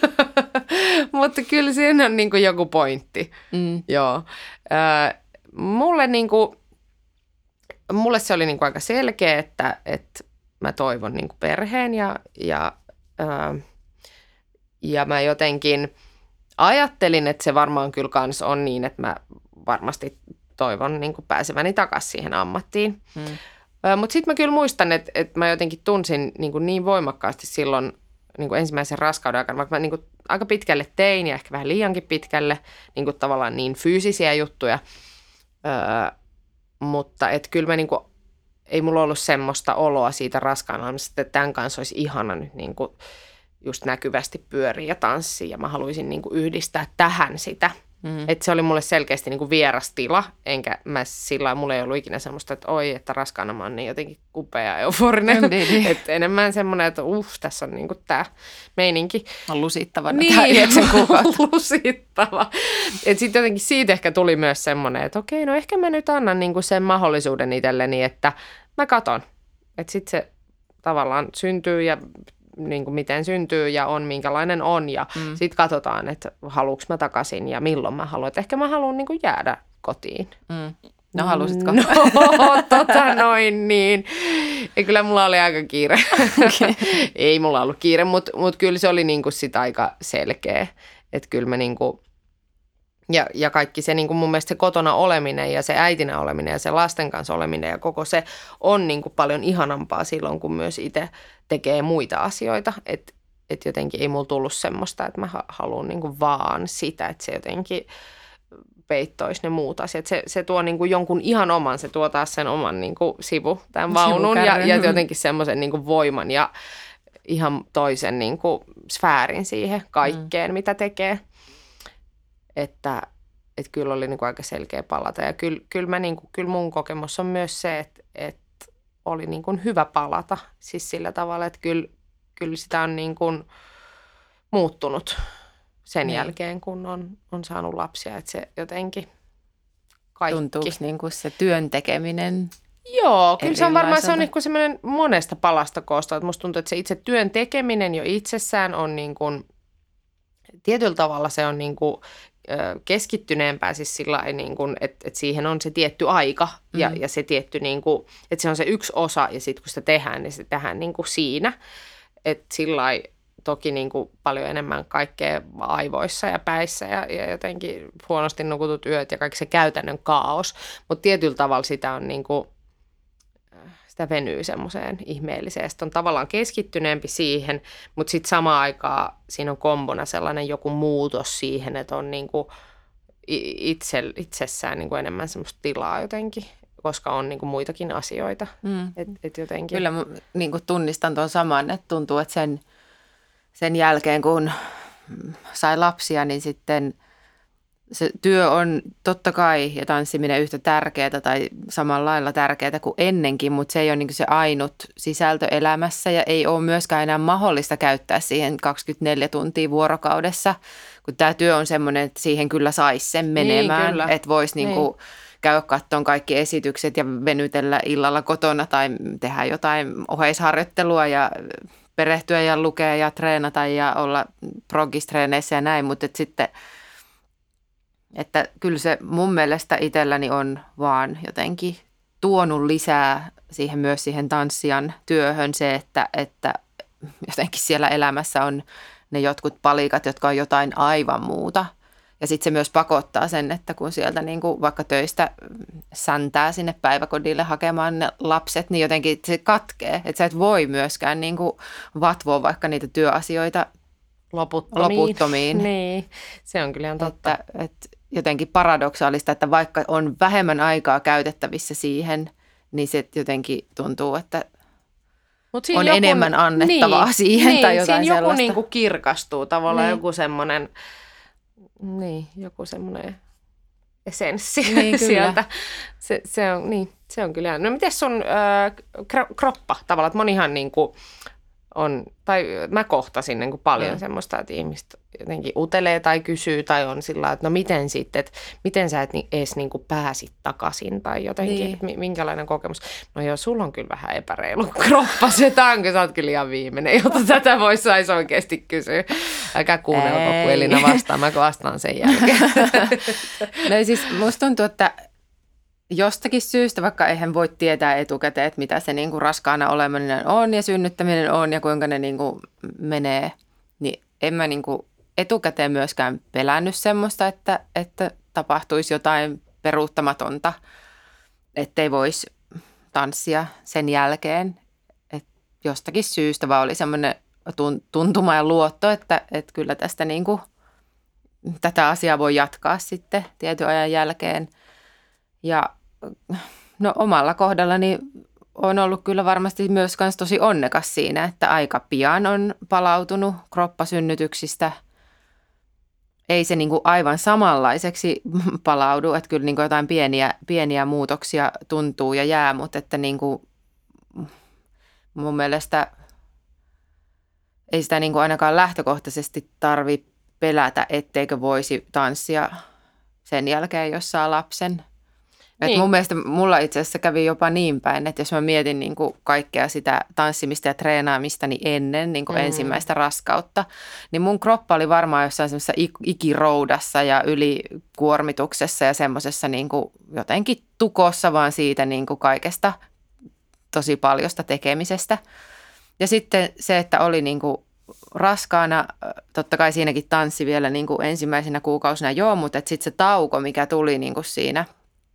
mutta kyllä siinä on niin kuin joku pointti. Mm. Joo. Äh, mulle, niin kuin, mulle se oli niin kuin aika selkeä, että, että mä toivon niin kuin perheen ja, ja, äh, ja mä jotenkin ajattelin, että se varmaan kyllä kans on niin, että mä varmasti toivon niin kuin pääseväni takaisin siihen ammattiin. Mm. Mutta sitten mä kyllä muistan, että, että mä jotenkin tunsin niin, kuin niin voimakkaasti silloin niin kuin ensimmäisen raskauden aikana, vaikka mä niin kuin aika pitkälle tein ja ehkä vähän liiankin pitkälle niin kuin tavallaan niin fyysisiä juttuja. Öö, mutta että kyllä mä niin kuin, ei mulla ollut semmoista oloa siitä raskaan olemasta, että tämän kanssa olisi ihana nyt niin kuin just näkyvästi pyöriä ja tanssia ja mä haluaisin niin kuin yhdistää tähän sitä. Mm. Että se oli mulle selkeästi niin kuin vieras tila, enkä mä sillä mulla ei ollut ikinä semmoista, että oi, että raskaana mä oon niin jotenkin kupea ja euforinen. Mm, niin. Että enemmän semmoinen, että uff, tässä on niin kuin tää meininki. On lusittava. Niin, lusittava. Että sitten jotenkin siitä ehkä tuli myös semmoinen, että okei, no ehkä mä nyt annan niin kuin sen mahdollisuuden itselleni, että mä katon. Että sitten se tavallaan syntyy ja niin kuin miten syntyy ja on minkälainen on ja mm. sitten katsotaan, että haluuks mä takaisin ja milloin mä haluan. Että ehkä mä haluan niin kuin jäädä kotiin. Mm. No halusitko? No tota noin niin. Ja kyllä mulla oli aika kiire. Okay. Ei mulla ollut kiire, mutta mut kyllä se oli niinku sit aika selkeä. Että kyllä mä niinku, ja, ja kaikki se niinku mun mielestä se kotona oleminen ja se äitinä oleminen ja se lasten kanssa oleminen ja koko se on niinku paljon ihanampaa silloin, kun myös itse tekee muita asioita. Että et jotenkin ei mulla tullut semmoista, että mä haluan niinku vaan sitä, että se jotenkin peittoisi ne muut asiat. Se, se tuo niin kuin jonkun ihan oman, se tuo taas sen oman niin kuin sivu, tämän vaunun ja, ja jotenkin semmoisen niin kuin voiman ja ihan toisen niin kuin sfäärin siihen kaikkeen, mm. mitä tekee. Että, että kyllä oli niin kuin aika selkeä palata ja kyllä, kyllä, mä niin kuin, kyllä mun kokemus on myös se, että, että oli niin kuin hyvä palata. Siis sillä tavalla, että kyllä, kyllä sitä on niin kuin muuttunut sen niin. jälkeen, kun on, on saanut lapsia, että se jotenkin kaikki. Tuntuuko niin kuin se työn tekeminen? Joo, kyllä se on varmaan se on niin kuin semmoinen monesta palasta koosta. Että musta tuntuu, että se itse työn tekeminen jo itsessään on niin kuin, tietyllä tavalla se on niin kuin keskittyneempää siis sillä niin kuin, että, että siihen on se tietty aika ja, mm. ja se tietty, niin kuin, että se on se yksi osa ja sitten kun sitä tehdään, niin se tehdään niin kuin siinä. Että sillä toki niin kuin paljon enemmän kaikkea aivoissa ja päissä ja, ja jotenkin huonosti nukutut yöt ja kaikki se käytännön kaos. Mutta tietyllä tavalla sitä on niin kuin, sitä venyy semmoiseen ihmeelliseen. Sitten on tavallaan keskittyneempi siihen, mutta sitten samaan aikaan siinä on kombona sellainen joku muutos siihen, että on niin kuin itse, itsessään niin kuin enemmän semmoista tilaa jotenkin, koska on niin kuin muitakin asioita. Mm. Et, et jotenkin. Kyllä mä niin kuin tunnistan tuon saman, että tuntuu, että sen Sen jälkeen, kun sai lapsia, niin sitten se työ on totta kai ja tanssiminen yhtä tärkeää tai samalla lailla tärkeää kuin ennenkin, mutta se ei ole niin kuin se ainut sisältö elämässä ja ei ole myöskään enää mahdollista käyttää siihen kaksikymmentäneljä tuntia vuorokaudessa, kun tämä työ on semmoinen, että siihen kyllä saisi sen menemään, niin, että voisi niin kuin käydä katsomaan kaikki esitykset ja venytellä illalla kotona tai tehdä jotain oheisharjoittelua ja perehtyä ja lukea ja treenata ja olla progistreeneissä ja näin, mutta et sitten, että kyllä se mun mielestä itselläni on vaan jotenkin tuonut lisää siihen myös siihen tanssijan työhön se, että, että jotenkin siellä elämässä on ne jotkut palikat, jotka on jotain aivan muuta. Ja sitten se myös pakottaa sen, että kun sieltä niin kuin vaikka töistä säntää sinne päiväkodille hakemaan ne lapset, niin jotenkin se katkee. Että sä et voi myöskään niin kuin vatvoa vaikka niitä työasioita loputtomiin. loputtomiin. Niin, se on kyllä ihan totta. Että, että jotenkin paradoksaalista, että vaikka on vähemmän aikaa käytettävissä siihen, niin se jotenkin tuntuu, että Mut on joku, enemmän annettavaa niin, siihen niin, tai jotain siinä joku sellaista. Niin kuin kirkastuu tavallaan, niin. joku semmoinen... Niin, joku semmoinen esenssi niin, sieltä. Se, se, on, niin, se on kyllä. No miten sun äh, kroppa tavallaan, että monihan niin kuin on, tai mä kohtasin niin kuin paljon mm. semmoista, että ihmiset jotenkin utelee tai kysyy tai on sillä että no miten sitten, että miten sä et edes niin kuin pääsit takaisin tai jotenkin, niin. että minkälainen kokemus. No joo, sulla on kyllä vähän epäreilu kroppa, se tanko, sä oot kyllä ihan viimeinen, jota tätä voisi saisi oikeasti kysyä. Älkää kuunnelko, kun Elina vastaa, mä vastaan sen jälkeen. No siis musta tuntuu, että jostakin syystä, vaikka eihän voi tietää etukäteen, että mitä se niin kuin raskaana oleminen on ja synnyttäminen on ja kuinka ne niin kuin menee, niin en mä niin kuin etukäteen myöskään pelännyt semmoista, että, että tapahtuisi jotain peruuttamatonta, ettei voisi tanssia sen jälkeen. Et jostakin syystä vaan oli semmoinen tuntuma ja luotto, että, että kyllä tästä niin kuin, tätä asiaa voi jatkaa sitten tietyn ajan jälkeen. Ja no omalla kohdallani on ollut kyllä varmasti myös kans tosi onnekas siinä, että aika pian on palautunut kroppasynnytyksistä. Ei se niin kuin aivan samanlaiseksi palaudu, että kyllä niin kuin jotain pieniä, pieniä muutoksia tuntuu ja jää, mutta että niin kuin mun mielestä ei sitä niin kuin ainakaan lähtökohtaisesti tarvitse pelätä, etteikö voisi tanssia sen jälkeen, jos saa lapsen. Et Niin. mun mielestä mulla itse asiassa kävi jopa niin päin, että jos mä mietin niin kuin kaikkea sitä tanssimista ja treenaamista niin ennen niin kuin mm. ensimmäistä raskautta, niin mun kroppa oli varmaan jossain semmoisessa ikiroudassa ja ylikuormituksessa ja semmoisessa niin kuin jotenkin tukossa vaan siitä niin kuin kaikesta tosi paljosta tekemisestä. Ja sitten se, että oli niin kuin raskaana, totta kai siinäkin tanssi vielä niin kuin ensimmäisenä kuukausina joo, mutta sitten se tauko, mikä tuli niin kuin siinä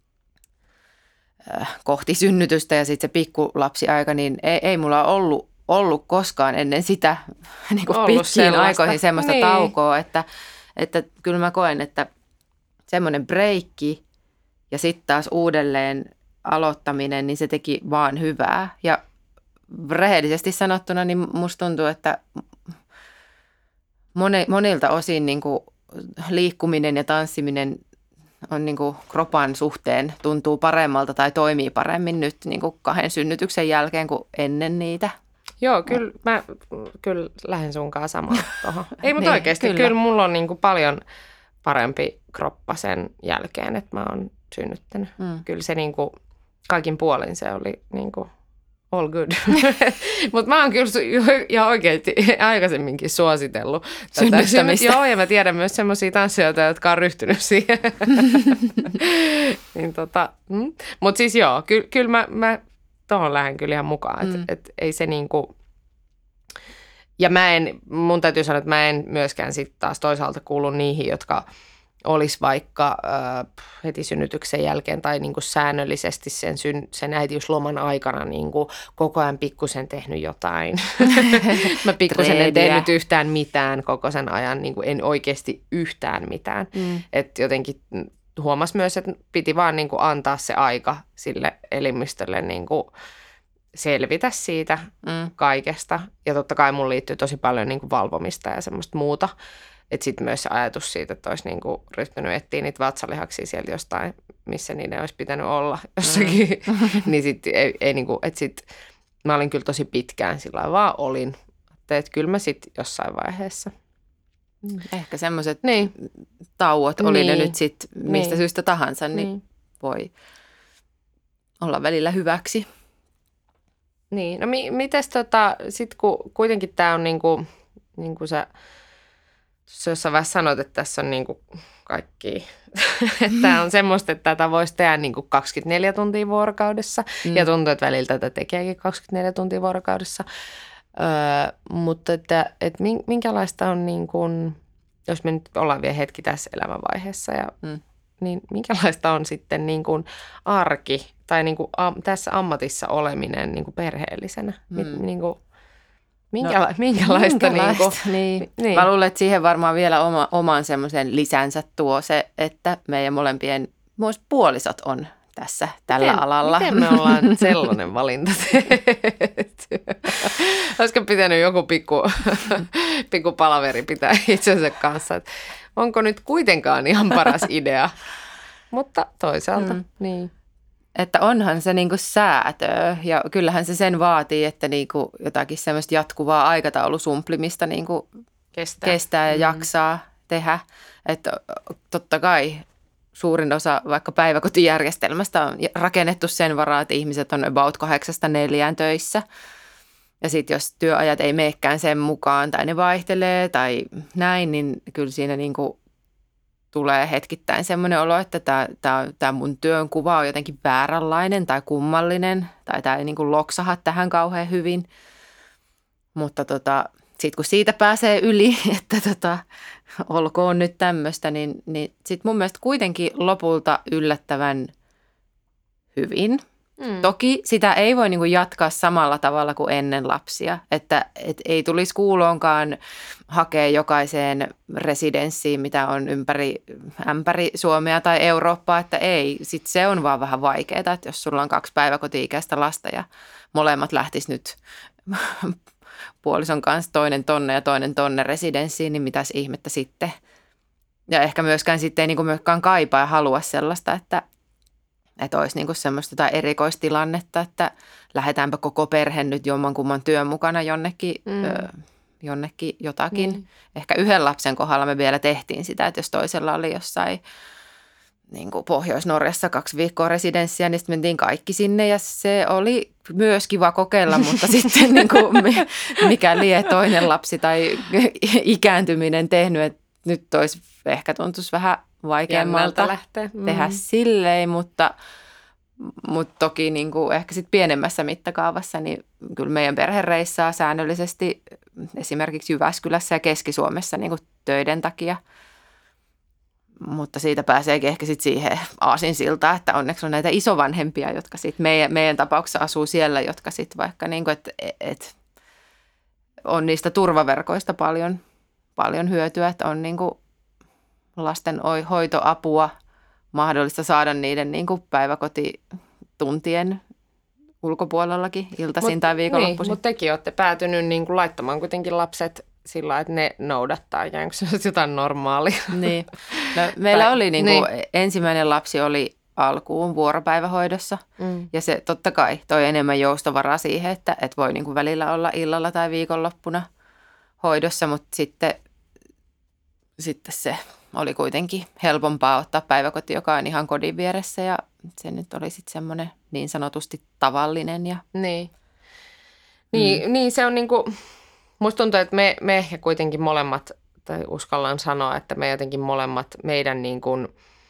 kohti synnytystä ja sitten se pikkulapsiaika, niin ei, ei mulla ollut, ollut koskaan ennen sitä niin kuin pitkiin sellaista. aikoihin semmoista niin. taukoa, että, että kyllä mä koen, että semmoinen breikki ja sitten taas uudelleen aloittaminen, niin se teki vaan hyvää. Ja rehellisesti sanottuna, niin musta tuntuu, että monilta osin niin kuin liikkuminen ja tanssiminen on niin kuin kropan suhteen tuntuu paremmalta tai toimii paremmin nyt niin kuin kahden synnytyksen jälkeen kuin ennen niitä. Joo, kyllä mä kyllä lähden sunkaan samaan tuohon. Ei, mutta niin, oikeasti kyllä. kyllä mulla on niin kuin paljon parempi kroppa sen jälkeen, että mä oon synnyttänyt. Mm. Kyllä se niin kuin kaikin puolin se oli niin kuin all good. Mutta mä oon kyllä ja oikeasti aikaisemminkin suositellut synnyttämistä. Joo, ja mä tiedän myös semmoisia tanssijoita, jotka on ryhtynyt siihen. niin tota, mm. Mutta siis joo, ky- kyllä mä, mä tohon lähden kyllä ihan mukaan. Että mm. et ei se niinku... Ja mä en, mun täytyy sanoa, että mä en myöskään sitten taas toisaalta kuulu niihin, jotka olisi vaikka äh, heti synnytyksen jälkeen tai niin kuin säännöllisesti sen, syn, sen äitiysloman aikana niin kuin koko ajan pikkusen tehnyt jotain. Mä pikkusen en tehnyt yhtään mitään koko sen ajan, niin kuin en oikeasti yhtään mitään. Mm. Että jotenkin huomasi myös, että piti vaan niin kuin antaa se aika sille elimistölle niin kuin selvitä siitä mm. kaikesta. Ja totta kai mun liittyy tosi paljon niin kuin valvomista ja semmoista muuta. Että sitten myös se ajatus siitä, että olisi niinku ryhtynyt etsiä niitä vatsalihaksia sieltä jostain, missä niiden olisi pitänyt olla jossakin. Mm. niin sitten ei, ei niinku, että sitten mä olin kyllä tosi pitkään sillä lailla vaan olin. Että kyllä mä sitten jossain vaiheessa. Ehkä semmoiset niin. tauot, oli niin. ne nyt sitten mistä niin. syystä tahansa, niin, niin voi olla välillä hyväksi. Niin, no mi- mites tota, sitten kun kuitenkin tämä on niinku, niinku sä... Sä jossain vaiheessa sanoit, että tässä on niin kuin kaikki, että tämä on semmoista, että tätä voisi tehdä niin kuin kaksikymmentäneljä tuntia vuorokaudessa. Mm. Ja tuntuu, että välillä tätä tekeekin kaksikymmentäneljä tuntia vuorokaudessa. Öö, mutta että, että minkälaista on, niin kuin, jos me nyt ollaan vielä hetki tässä elämänvaiheessa, ja, mm. niin minkälaista on sitten niin kuin arki tai niin kuin a, tässä ammatissa oleminen niin kuin perheellisenä? Mm. Niin kuin, Minkäla- no, minkälaista? minkälaista niin kuin, niin. niin. Mä luulen, että siihen varmaan vielä oma, oman semmoisen lisänsä tuo se, että meidän molempien myös puolisot on tässä tällä miten, alalla. Miten me ollaan sellainen valinta tehty? Olisiko pitänyt joku pikku, pikku palaveri pitää itsensä kanssa, että onko nyt kuitenkaan ihan paras idea? Mutta toisaalta, mm. niin. Että onhan se niinku säätöä ja kyllähän se sen vaatii, että niinku jotakin semmoista jatkuvaa aikataulusumplimista niinku kestää. kestää ja mm. jaksaa tehdä. Että totta kai suurin osa vaikka päiväkotijärjestelmästä on rakennettu sen varaa, että ihmiset on about kahdeksasta neljään töissä. Ja sitten jos työajat ei meekään sen mukaan tai ne vaihtelee tai näin, niin kyllä siinä niinku tulee hetkittäin semmoinen olo, että tämä, tämä, tämä mun työnkuva on jotenkin vääränlainen tai kummallinen tai tämä ei niin kuin loksaha tähän kauhean hyvin. Mutta tota, sitten kun siitä pääsee yli, että tota, olkoon nyt tämmöistä, niin, niin sitten mun mielestä kuitenkin lopulta yllättävän hyvin. Mm. Toki sitä ei voi niin kuin jatkaa samalla tavalla kuin ennen lapsia, että et ei tulisi kuuloonkaan hakea jokaiseen residenssiin, mitä on ympäri ämpäri Suomea tai Eurooppaa, että ei. Sitten se on vaan vähän vaikeaa, että jos sulla on kaksi päiväkoti-ikäistä lasta ja molemmat lähtis nyt puolison kanssa toinen tonne ja toinen tonne residenssiin, niin mitäs ihmettä sitten. Ja ehkä myöskään sitten ei niin kuin myöskään kaipaa ja halua sellaista, että Että olisi niinku semmoista tai erikoistilannetta, että lähdetäänpä koko perhe nyt jommankumman työn mukana jonnekin, mm. ö, jonnekin jotakin. Mm. Ehkä yhden lapsen kohdalla me vielä tehtiin sitä, että jos toisella oli jossain niin kuin Pohjois-Norjassa kaksi viikkoa residenssiä, niin sitten mentiin kaikki sinne ja se oli myös kiva kokeilla, mutta sitten niin kuin mikä lie toinen lapsi tai ikääntyminen tehnyt, että nyt olisi ehkä tuntuisi vähän vaikeammalta lähteä. Mm. tehdä silleen, mutta, mutta toki niin kuin ehkä sitten pienemmässä mittakaavassa, niin kyllä meidän perhe reissaa säännöllisesti esimerkiksi Jyväskylässä ja Keski-Suomessa niin kuin töiden takia. Mutta siitä pääseekin ehkä sitten siihen aasinsiltaan, että onneksi on näitä isovanhempia, jotka sitten meidän, meidän tapauksessa asuu siellä, jotka sitten vaikka niin kuin, että et, on niistä turvaverkoista paljon, paljon hyötyä, että on niin kuin lasten hoitoapua mahdollista saada niiden niin kuin päiväkotituntien ulkopuolellakin iltaisin mut, tai viikonloppuisin. Niin, mutta tekin olette päätynyt niin kuin laittamaan kuitenkin lapset sillä, että ne noudattaa ikään kuin se olisi jotain normaalia. Niin. No, meillä tai, oli niin kuin, niin. ensimmäinen lapsi oli alkuun vuoropäivähoidossa mm. ja se totta kai toi enemmän joustovaraa siihen, että, että voi niin kuin välillä olla illalla tai viikonloppuna hoidossa, mutta sitten, sitten se oli kuitenkin helpompaa ottaa päiväkoti, joka on ihan kodin vieressä ja se nyt oli sitten semmoinen niin sanotusti tavallinen. Ja... Niin. Niin, mm. niin se on niin kuin... Musta tuntuu, että me, me ehkä kuitenkin molemmat, tai uskallan sanoa, että me jotenkin molemmat meidän niin kuin,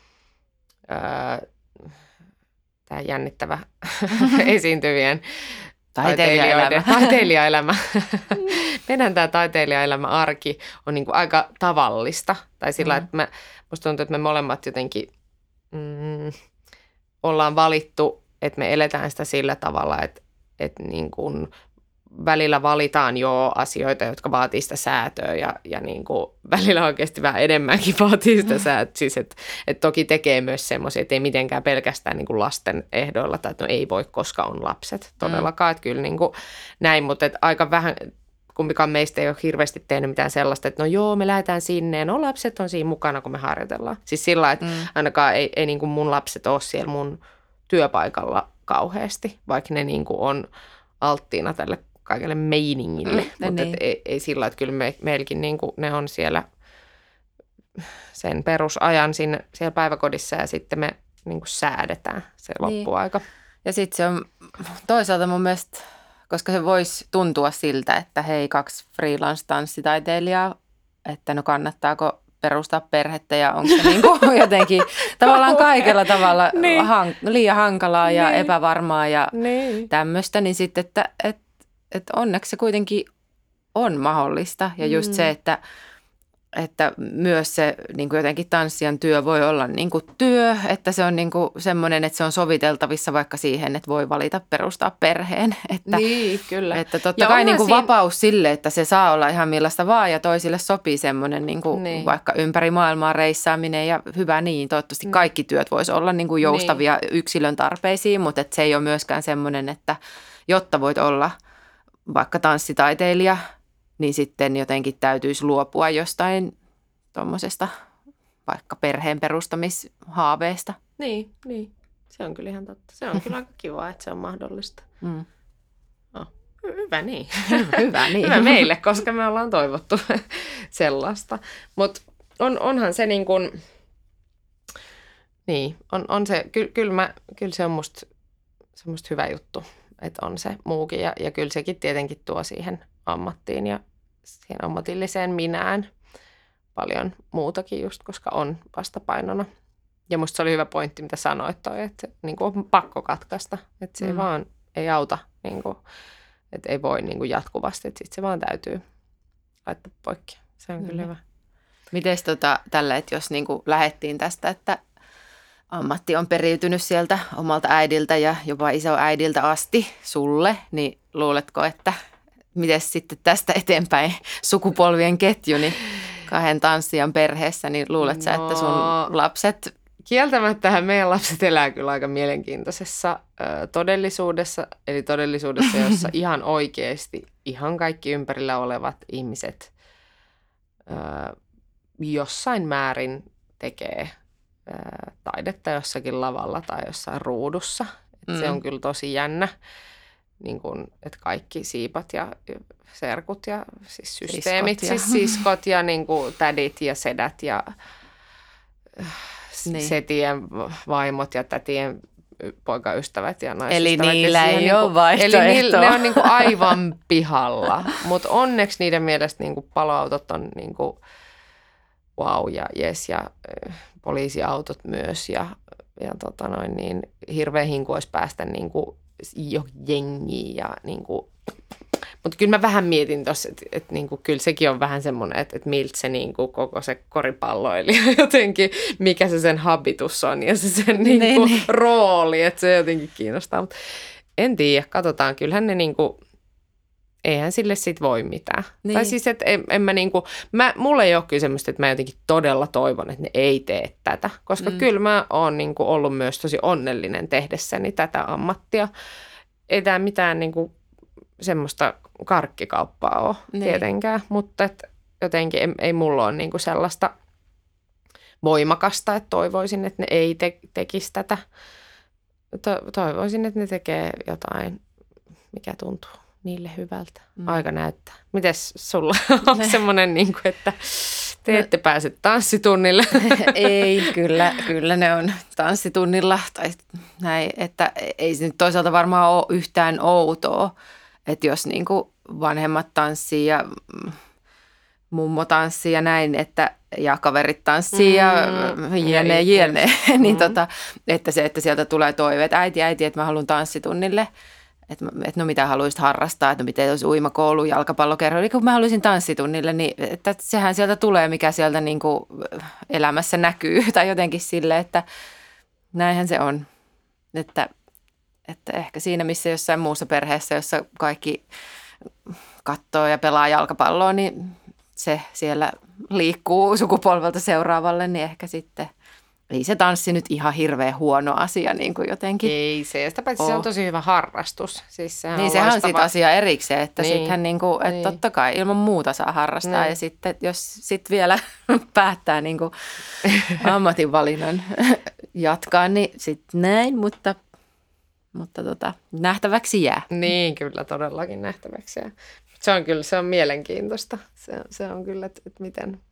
öö, tämä jännittävä esiintyvien taiteilijaelämä. taiteilijaelämä. Meidän tämä taiteilijaelämä arki on niin kuin aika tavallista. Tai sillä, mm. että me, musta tuntuu, että me molemmat jotenkin mm, ollaan valittu, että me eletään sitä sillä tavalla, että, että niin kuin välillä valitaan jo asioita, jotka vaatii sitä säätöä ja, ja niin kuin välillä oikeasti vähän enemmänkin vaatii sitä säätöä. Siis et, et toki tekee myös semmoisia, että ei mitenkään pelkästään niin kuin lasten ehdoilla tai että no ei voi, koska on lapset todellakaan. Mm. Että kyllä niin kuin näin, mutta että aika vähän, kumpikaan meistä ei ole hirveästi tehnyt mitään sellaista, että no joo, me lähdetään sinne ja no lapset on siinä mukana, kun me harjoitellaan. Siis sillä lailla, että mm. ainakaan ei, ei niin kuin mun lapset ole siellä mun työpaikalla kauheasti, vaikka ne niin kuin on alttiina tälle kaikelle meiningille, mm, mutta niin. ei, ei sillä, että kyllä me, meilläkin niin kuin ne on siellä sen perusajan siinä, siellä päiväkodissa ja sitten me niin kuin säädetään se niin. loppuaika. Ja sitten se on toisaalta mun mielestä, koska se voisi tuntua siltä, että hei, kaksi freelance-tanssitaiteilijaa, että no kannattaako perustaa perhettä ja onko se niin kuin jotenkin tavallaan kaikella tavalla niin. hank- liian hankalaa ja niin. epävarmaa ja niin. tämmöistä, niin sitten, että, että että onneksi se kuitenkin on mahdollista ja just mm. se, että, että myös se niin kuin jotenkin tanssijan työ voi olla niin kuin työ, että se on niin kuin semmoinen, että se on soviteltavissa vaikka siihen, että voi valita perustaa perheen. Että, niin, kyllä. Että totta ja kai niin kuin siinä... vapaus sille, että se saa olla ihan millaista vaan ja toisille sopii semmoinen niin kuin niin. vaikka ympäri maailmaa reissaaminen ja hyvä niin. Toivottavasti mm. kaikki työt voisi olla niin kuin joustavia niin. yksilön tarpeisiin, mutta että se ei ole myöskään semmoinen, että jotta voit olla vaikka tanssitaiteilija, niin sitten jotenkin täytyisi luopua jostain tuommoisesta vaikka perheen perustamishaaveesta. Niin, niin. Se on kyllä ihan totta. Se on kyllä aika kiva, että se on mahdollista. Mm. No, hyvä niin. hyvä niin. Hyvä meille, koska me ollaan toivottu sellaista. Mutta on, onhan se niin kuin, niin, on, on se, ky, kyllä, mä, kyllä se on musta, se on musta hyvä juttu. Että on se muukin ja, ja kyllä sekin tietenkin tuo siihen ammattiin ja siihen ammatilliseen minään paljon muutakin just, koska on vastapainona. Ja musta se oli hyvä pointti, mitä sanoit toi, että niin kuin on pakko katkaista, että se mm. ei vaan ei auta, niin kuin, että ei voi niin kuin jatkuvasti, että sitten se vaan täytyy laittaa poikki. Se on mm. kyllä hyvä. Mites tota, tällä, että jos niin kuin lähdettiin tästä, että ammatti on periytynyt sieltä omalta äidiltä ja jopa isoäidiltä asti sulle, niin luuletko, että miten sitten tästä eteenpäin sukupolvien ketju, niin kahden tanssijan perheessä, niin luuletko sä, no, että sun lapset... Kieltämättähän meidän lapset elää kyllä aika mielenkiintoisessa ö, todellisuudessa, eli todellisuudessa, jossa ihan oikeasti ihan kaikki ympärillä olevat ihmiset ö, jossain määrin tekee taidetta jossakin lavalla tai jossain ruudussa. Mm. Se on kyllä tosi jännä, niin kun, että kaikki siipat ja serkut ja siis systeemit, siskot ja, siis siskot ja niin kun, tädit ja sedät ja niin. setien vaimot ja tätien poikaystävät ja naisystävät. Eli niillä ei niin ole kuin, vaihtoehtoa. Eli niillä, ne on niin kuin aivan pihalla, mutta onneksi niiden mielestä niin kuin paloautot on niin kuin wow ja jes ja äh, poliisiautot myös ja, ja tota noin, niin hirveän hinku olisi päästä niin kuin jo jengiin ja niin kuin. Mutta kyllä mä vähän mietin tuossa, että et niinku, kyllä sekin on vähän semmoinen, että et miltä se niinku, koko se koripalloilija jotenkin, mikä se sen habitus on ja se sen niinku, niin, niin. rooli, että se jotenkin kiinnostaa. Mut en tiedä, katsotaan, kyllähän ne niinku, eihän sille sit voi mitään. Niin. Tai siis, että en, en mä niinku, mä, mulla ei ole kyllä semmoista, että mä jotenkin todella toivon, että ne ei tee tätä, koska mm. kyllä mä oon niinku ollut myös tosi onnellinen tehdessäni tätä ammattia. Ei tää mitään niinku semmoista karkkikauppaa ole niin. tietenkään, mutta et jotenkin ei, ei mulla ole niinku sellaista voimakasta, että toivoisin, että ne ei te, tekisi tätä. To, toivoisin, että ne tekee jotain, mikä tuntuu niille hyvältä. Mm. Aika näyttää. Mites sulla on semmoinen, niinku, että te ette no. pääse tanssitunnille? Ei, kyllä, kyllä ne on tanssitunnilla. Tai näin, että ei se nyt toisaalta varmaan ole yhtään outoa. Että jos niinku vanhemmat tanssii ja mummo tanssii ja näin, että, ja kaverit tanssii ja mm, jne, jne, mm. niin tota, että se, että sieltä tulee toive, että äiti, äiti, että mä haluan tanssitunnille, että, että no mitä haluaisit harrastaa, että no miten olisi uimakoulu, jalkapallokerho, eli kun mä haluaisin tanssitunnille, niin että sehän sieltä tulee, mikä sieltä niinku elämässä näkyy, tai jotenkin sille, että näinhän se on, että Että ehkä siinä, missä jossain muussa perheessä, jossa kaikki katsoo ja pelaa jalkapalloa, niin se siellä liikkuu sukupolvelta seuraavalle, niin ehkä sitten ei se tanssi nyt ihan hirveän huono asia niin kuin jotenkin. Ei se, ja sitä paitsi se on tosi hyvä harrastus. Siis sehän niin on sehän loistava. on sitten asia erikseen, että niin. sittenhän niin kuin, että niin. totta kai ilman muuta saa harrastaa. Niin. Ja sitten jos sitten vielä päättää niin kuin ammatinvalinnan jatkaa, niin sitten näin, mutta... Mutta tota, nähtäväksi jää. Niin, kyllä todellakin nähtäväksi jää. Se on kyllä, se on mielenkiintoista. Se, se on kyllä, että et miten,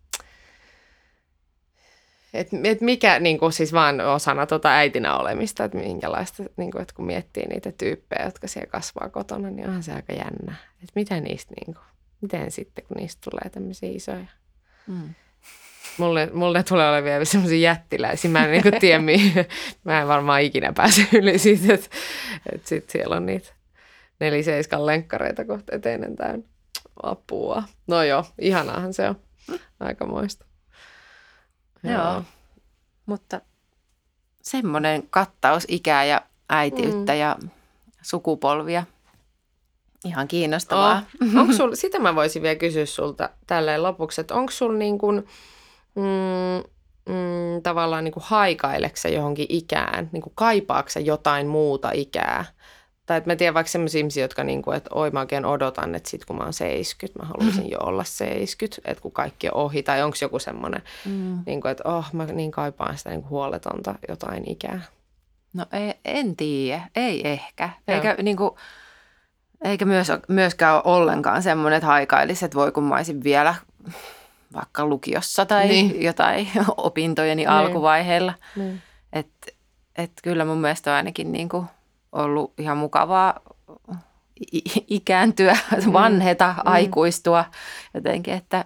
että et mikä niin kuin siis vaan osana tota äitinä olemista, että minkälaista, niin kuin, että kun miettii niitä tyyppejä, jotka siellä kasvaa kotona, niin onhan se aika jännä. Että mitä niistä, niin kuin, miten sitten, kun niistä tulee tämmöisiä isoja. Mm. Mulle, mulle tulee olemaan vielä semmoisia jättiläisiä. Mä en niin kuin tiedä, mä en varmaan ikinä pääse yli siitä, että, että sitten siellä on niitä neliseiskan lenkkareita kohta eteinen täynnä. Apua. No joo, ihanaahan se on. Aikamoista. Joo, joo. Mutta semmoinen kattaus ikää ja äitiyttä mm. ja sukupolvia. Ihan kiinnostavaa. Oh. Onko sul, sitä mä voisin vielä kysyä sulta tälleen lopuksi, että onko sul niin kuin, mm, mm, tavallaan niin kuin haikaileksä johonkin ikään, niin kuin kaipaaksa jotain muuta ikää? Tai että mä tiedän vaikka sellaisia ihmisiä, jotka niin kuin, että oi mä oikein odotan, että sit kun mä oon seitsemänkymmentä, mä haluaisin jo olla seitsemänkymmentä, että kun kaikki on ohi. Tai onko joku semmoinen, mm. niin kuin, että oh mä niin kaipaan sitä niin kuin huoletonta jotain ikää? No ei, en tiedä, ei ehkä. Eikä niin kuin... Eikä myös, myöskään ole ollenkaan semmoinen, että haikailisi, että voi kun mä olisin vielä vaikka lukiossa tai niin. jotain opintojeni niin. alkuvaiheilla. Niin. Että et kyllä mun mielestä on ainakin niinku ollut ihan mukavaa i- ikääntyä, mm. vanheta, mm. aikuistua jotenkin, että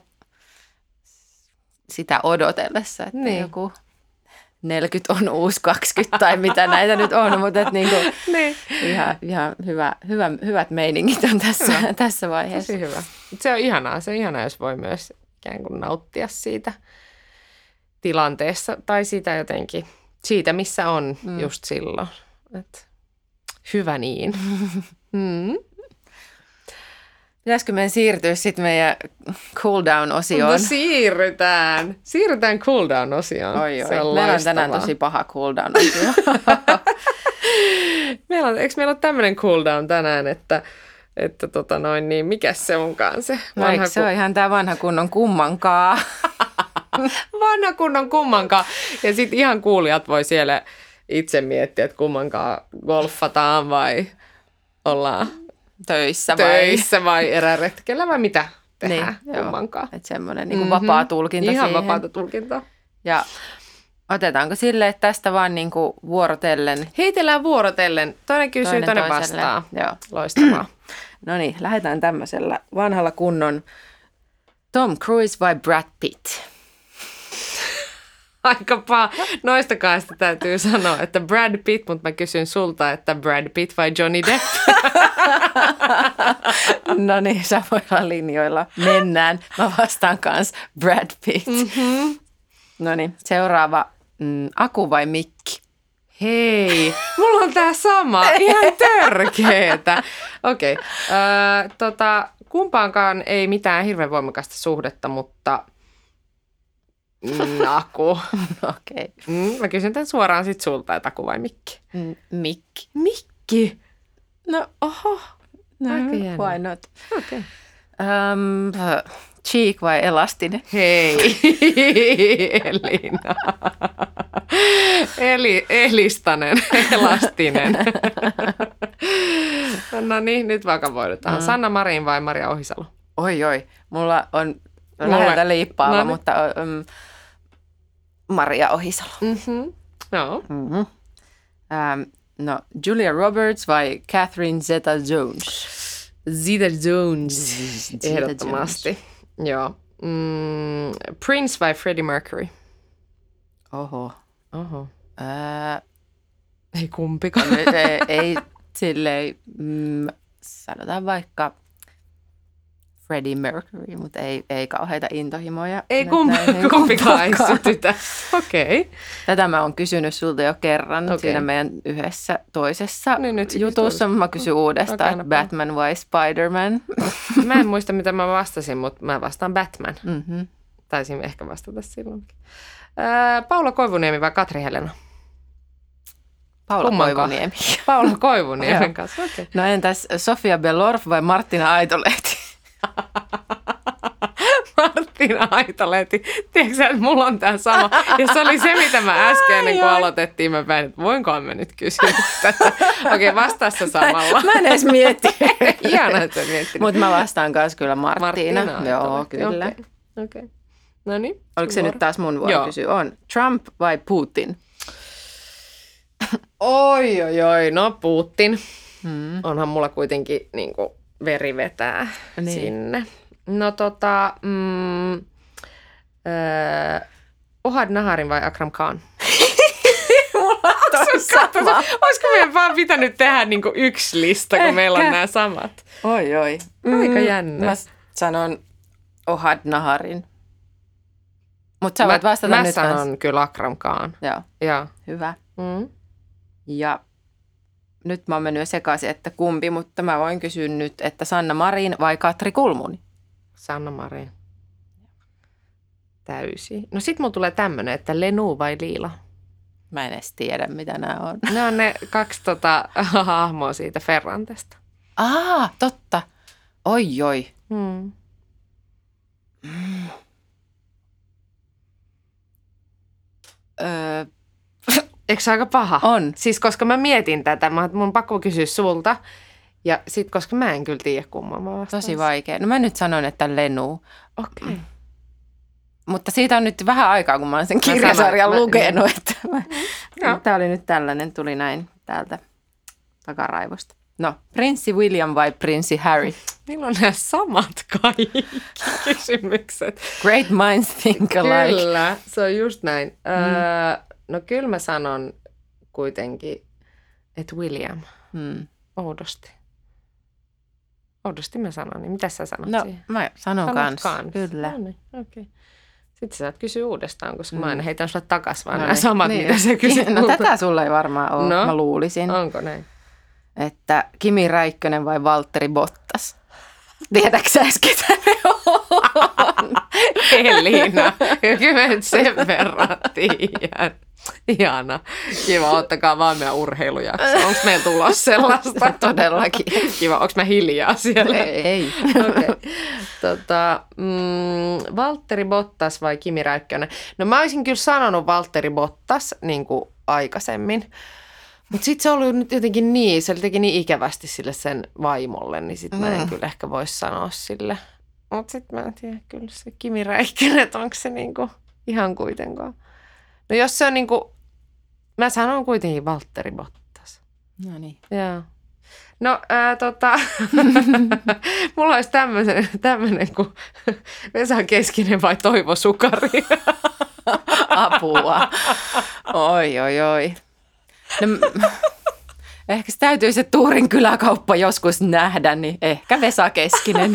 sitä odotellessa, että niin. joku... neljäkymmentä on uusi kaksikymmentä tai mitä näitä nyt on, mutta et niinku niin. ihan, ihan hyvä, hyvä, hyvät meiningit on tässä, hyvä. tässä vaiheessa. Tosi hyvä. Se on ihanaa, se on ihanaa, jos voi myös ikään kuin nauttia siitä tilanteessa tai siitä jotenkin, siitä missä on mm. just silloin. Et hyvä niin. mm. Pitäisikö meidän siirtyä sitten meidän cool down-osioon? No siirrytään. Siirrytään cool down-osioon. Oi, oi. Meillä on tänään tosi paha cool down-osio. meillä on, eikö meillä ole tämmöinen cool down tänään, että, että tota noin, niin mikäs se onkaan se? Vanha no, ku... se on ihan tämä vanha kunnon kummankaa. vanha kunnon kummankaa. Ja sitten ihan kuulijat voi siellä itse miettiä, että kummankaa golfataan vai ollaan... Töissä vai? Töissä vai eräretkellä vai mitä tehdään niin, kummankaan. Että semmoinen niin kuin mm-hmm. vapaa tulkinta Ihan siihen. vapaata tulkintaa. Ja Otetaanko sille, että tästä vaan niinku vuorotellen? Heitellään vuorotellen. Toinen kysyy, toinen, toinen vastaa. Joo. Loistavaa. No niin, lähdetään tämmöisellä vanhalla kunnon Tom Cruise vai Brad Pitt? Aika paha. Noista kahdesta täytyy sanoa, että Brad Pitt, mutta mä kysyn sulta, että Brad Pitt vai Johnny Depp? No niin, samoilla linjoilla mennään. Mä vastaan kanssa Brad Pitt. Mm-hmm. No niin, seuraava. Mm, Aku vai mikki? Hei, mulla on tää sama. Ihan törkeetä. Okei, okay. äh, tota, kumpaankaan ei mitään hirveän voimakasta suhdetta, mutta mm, Aku. Okei. Okay. Mm, mä kysyn tämän suoraan sit sulta, että Aku vai mikki? Mm, mikki. Mikki? No, oho. No, why not? Okei. Okay. Um, cheek vai elastinen? Hei, Elina. Eli, elistanen, elastinen. No niin, nyt vakavoidutaan. Mm. Sanna Marin vai Maria Ohisalo? Oi, oi. Mulla on Mulla... läheltä liippaava, no, mutta um, Maria Ohisalo. Mm-hmm. No. Mm-hmm. Um, no, Julia Roberts vai Catherine Zeta-Jones? Zeta-Jones. Ehdottomasti. Joo. Mm, Prince vai Freddie Mercury? Oho. Oho. Ää, ei kumpikaan. ei, ei silleen, mm, sanotaan vaikka Freddie Mercury, mutta ei, ei kauheita intohimoja. Ei kump- kumpikaan ei sytytä. Okei. Okay. Tätä mä oon kysynyt sulta jo kerran okay. siinä meidän yhdessä toisessa niin, nyt jutussa. Mä kysyn uudestaan, okay, Batman vai Spider-Man? Mä en muista, mitä mä vastasin, mutta mä vastaan Batman. Mm-hmm. Taisin ehkä vastata silloinkin. Äh, Paula Koivuniemi vai Katri Helena? Paula Kummankaan? Koivuniemi. Paula Koivuniemen kanssa, okei. Okay. No entäs Sofia Belorf vai Martina Aitolehti? Martina Aitolehti. Tiedätkö sä, että mulla on tää sama. Ja se oli se, mitä mä äsken, niin kun aloitettiin, mä päin, että voinkohan mä nyt kysyä tätä. Okei, okay, vastaa sä samalla. Mä en edes mietti. Ihana, että sä miettinyt. Mutta mä vastaan kanssa kyllä Martina. Martina Joo, kyllä. Okei. Okay. Okay. No niin. Oliko se vuoro? Nyt taas mun vuoro kysyä? On. Trump vai Putin? Oi, oi, oi. No Putin. Hmm. Onhan mulla kuitenkin niin kuin veri vetää niin. Sinne. No tota, mm, öö, Ohad Naharin vai Akram Khan? Mulla on sama. Olisiko meidän vaan pitänyt tehdä niin kuin yksi lista, kun Ehkä. Meillä on nämä samat? Oi, oi. Aika jännä. Mä sanon Ohad Naharin. Mutta sä voit vastata mä nyt sanon kans. Kyllä Akram Khan. Joo. Joo. Hyvä. Mm. Ja nyt mä oon mennyt sekaisin, että kumpi, mutta mä voin kysyä nyt, että Sanna Marin vai Katri Kulmuni? Sanna Marin. Täysi. No sit mulla tulee tämmönen, että Lenu vai Liila? Mä en edes tiedä, mitä nämä on. Ne on ne kaksi tota, hahmoa siitä Ferrantesta. Aa, totta. Oi, oi. Hmm. Mm. Öö. Eikö se aika paha? On. Siis koska mä mietin tätä, mä, mun on pakko kysyä sulta. Ja sit koska mä en kyllä tiedä kumman mä vastaan. Tosi vaikea. No mä nyt sanon, että Lenu. Okei. Okay. Mutta siitä on nyt vähän aikaa, kun mä oon sen kirjasarjan mä, lukenut. Että mä, no. Tää oli nyt tällainen, tuli näin täältä takaraivosta. No, prinssi William vai prinssi Harry? Niillä on nämä samat kaikki kysymykset. Great minds think alike. Kyllä, se on just näin. Mm. Öö, no kyllä mä sanon kuitenkin, että William. Mm. Oudosti. Oudosti mä sanon, niin mitä sä sanot no, siihen? mä sanon Sanot kans. kans. Kyllä. No niin, okei. Okay. Sitten sä saat kysyä uudestaan, koska mm. mä aina heitän sulle takas vaan no nämä samat, niin. mitä sä kysyt. No tätä sulla ei varmaan ole, no, mä luulisin. Onko näin? Että Kimi Räikkönen vai Valtteri Bottas? Tiedätkö sä äsken, ketä ne on? Elina, kyllä mä nyt sen verran tiedän. Ihana. Kiva, ottakaa vaan meidän urheilujakso. Onko meillä tulossa sellaista? Todellakin. Kiva, onko mä hiljaa siellä? Ei. ei. Okay. Tota, mm, Valtteri Bottas vai Kimi Räikkönen? No mä olisin kyllä sanonut Valtteri Bottas niin kuin aikaisemmin. Mutta sitten se oli nyt jotenkin niin, se oli teki niin ikävästi sille sen vaimolle, niin sitten mm. mä en kyllä ehkä voisi sanoa sille. Mutta sitten mä en tiedä kyllä se Kimi Räikkönen, että onko se niinku ihan kuitenkaan. No jos se on niinku, mä sanon kuitenkin Valtteri Bottas. No niin. Joo. No ää, tota, mulla olisi tämmöinen, tämmöinen kuin Vesa Keskinen vai Toivo Sukari. Apua. Oi, oi, oi. No, ehkä se täytyy se Tuurin kyläkauppa joskus nähdä, niin ehkä Vesa Keskinen.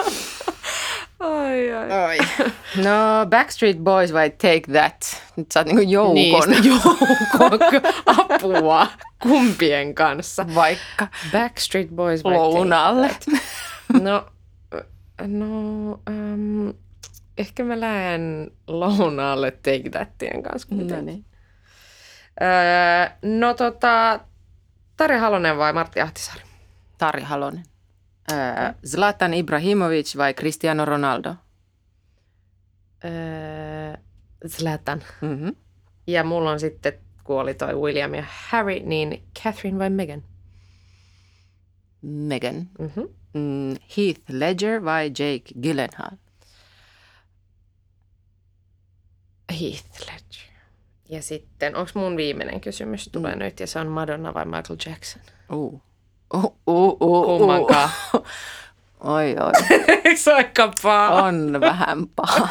Oi, oi. Oi. No, Backstreet Boys vai Take That? Nyt sä oot niinku joukon. Niistä joukon. Apua. Kumpien kanssa? Vaikka. Backstreet Boys vai Lounalle. Take That? No, no um, ehkä mä lähden lounaalle Take Thatien kanssa. No niin. Öö, no tota, Tarja Halonen vai Martti Ahtisaari? Tarja Halonen. Öö, Zlatan Ibrahimovic vai Cristiano Ronaldo? Öö, Zlatan. Mm-hmm. Ja mulla on sitten, kun oli toi William ja Harry, niin Catherine vai Meghan? Meghan. Mm-hmm. Mm, Heath Ledger vai Jake Gyllenhaal? Heath Ledger. Ja sitten, onko mun viimeinen kysymys tulee mm. nyt, ja se on Madonna vai Michael Jackson? Uh. Uh, uh, uh, Kummankaan. Uh. Oi, oi. Eikö se aika paha? On vähän paha.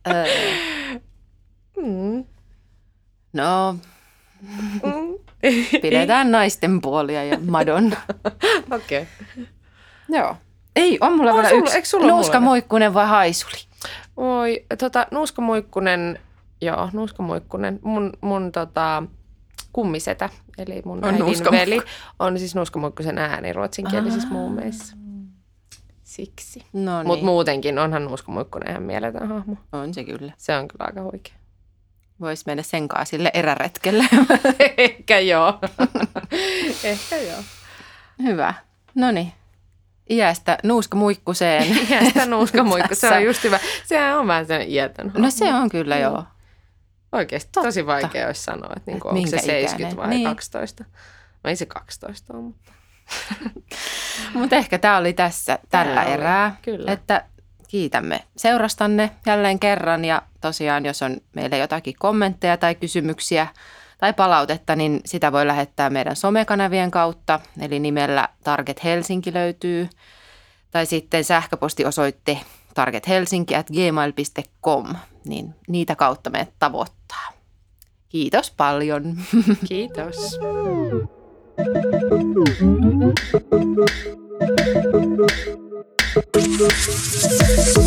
mm. No, mm. pidetään naisten puolia ja Madonna. Okei. Okay. Joo. Ei, on mulla on vielä sulla, yksi. Nuuska Muikkunen vai Haisuli? Oi, tota, Nuuska Muikkunen, joo, Nuuska Muikkunen. Mun, mun tota, kummisetä, eli mun on äidin veli, on siis Nuuska Muikkusen ääni ruotsinkielisissä muumeissa. Siksi. No niin. Mutta muutenkin onhan Nuuska Muikkunen ihan mieletön hahmo. On se kyllä. Se on kyllä aika huikea. Voisi mennä sen kanssa sille eräretkelle. Ehkä joo. Ehkä joo. Hyvä. No niin. Iästä Nuuska Muikkuseen. Iästä Nuuska Muikku, se on just hyvä. Sehän on vähän sellainen iätön hahmo. No se on kyllä joo. Oikeasti totta. Tosi vaikea olisi sanoa, että niinku, onko se seitsemänkymmentä vai niin. kaksitoista. No ei se kaksitoista ole, mutta... Mutta ehkä tämä oli tässä tällä Tää erää. Oli, kyllä. Että kiitämme seurastanne jälleen kerran ja tosiaan jos on meille jotakin kommentteja tai kysymyksiä tai palautetta, niin sitä voi lähettää meidän somekanavien kautta. Eli nimellä Target Helsinki löytyy tai sitten sähköpostiosoitte targethelsinki at gmail piste com, niin niitä kautta meidät tavoittaa. Kiitos paljon. Kiitos. Thank you.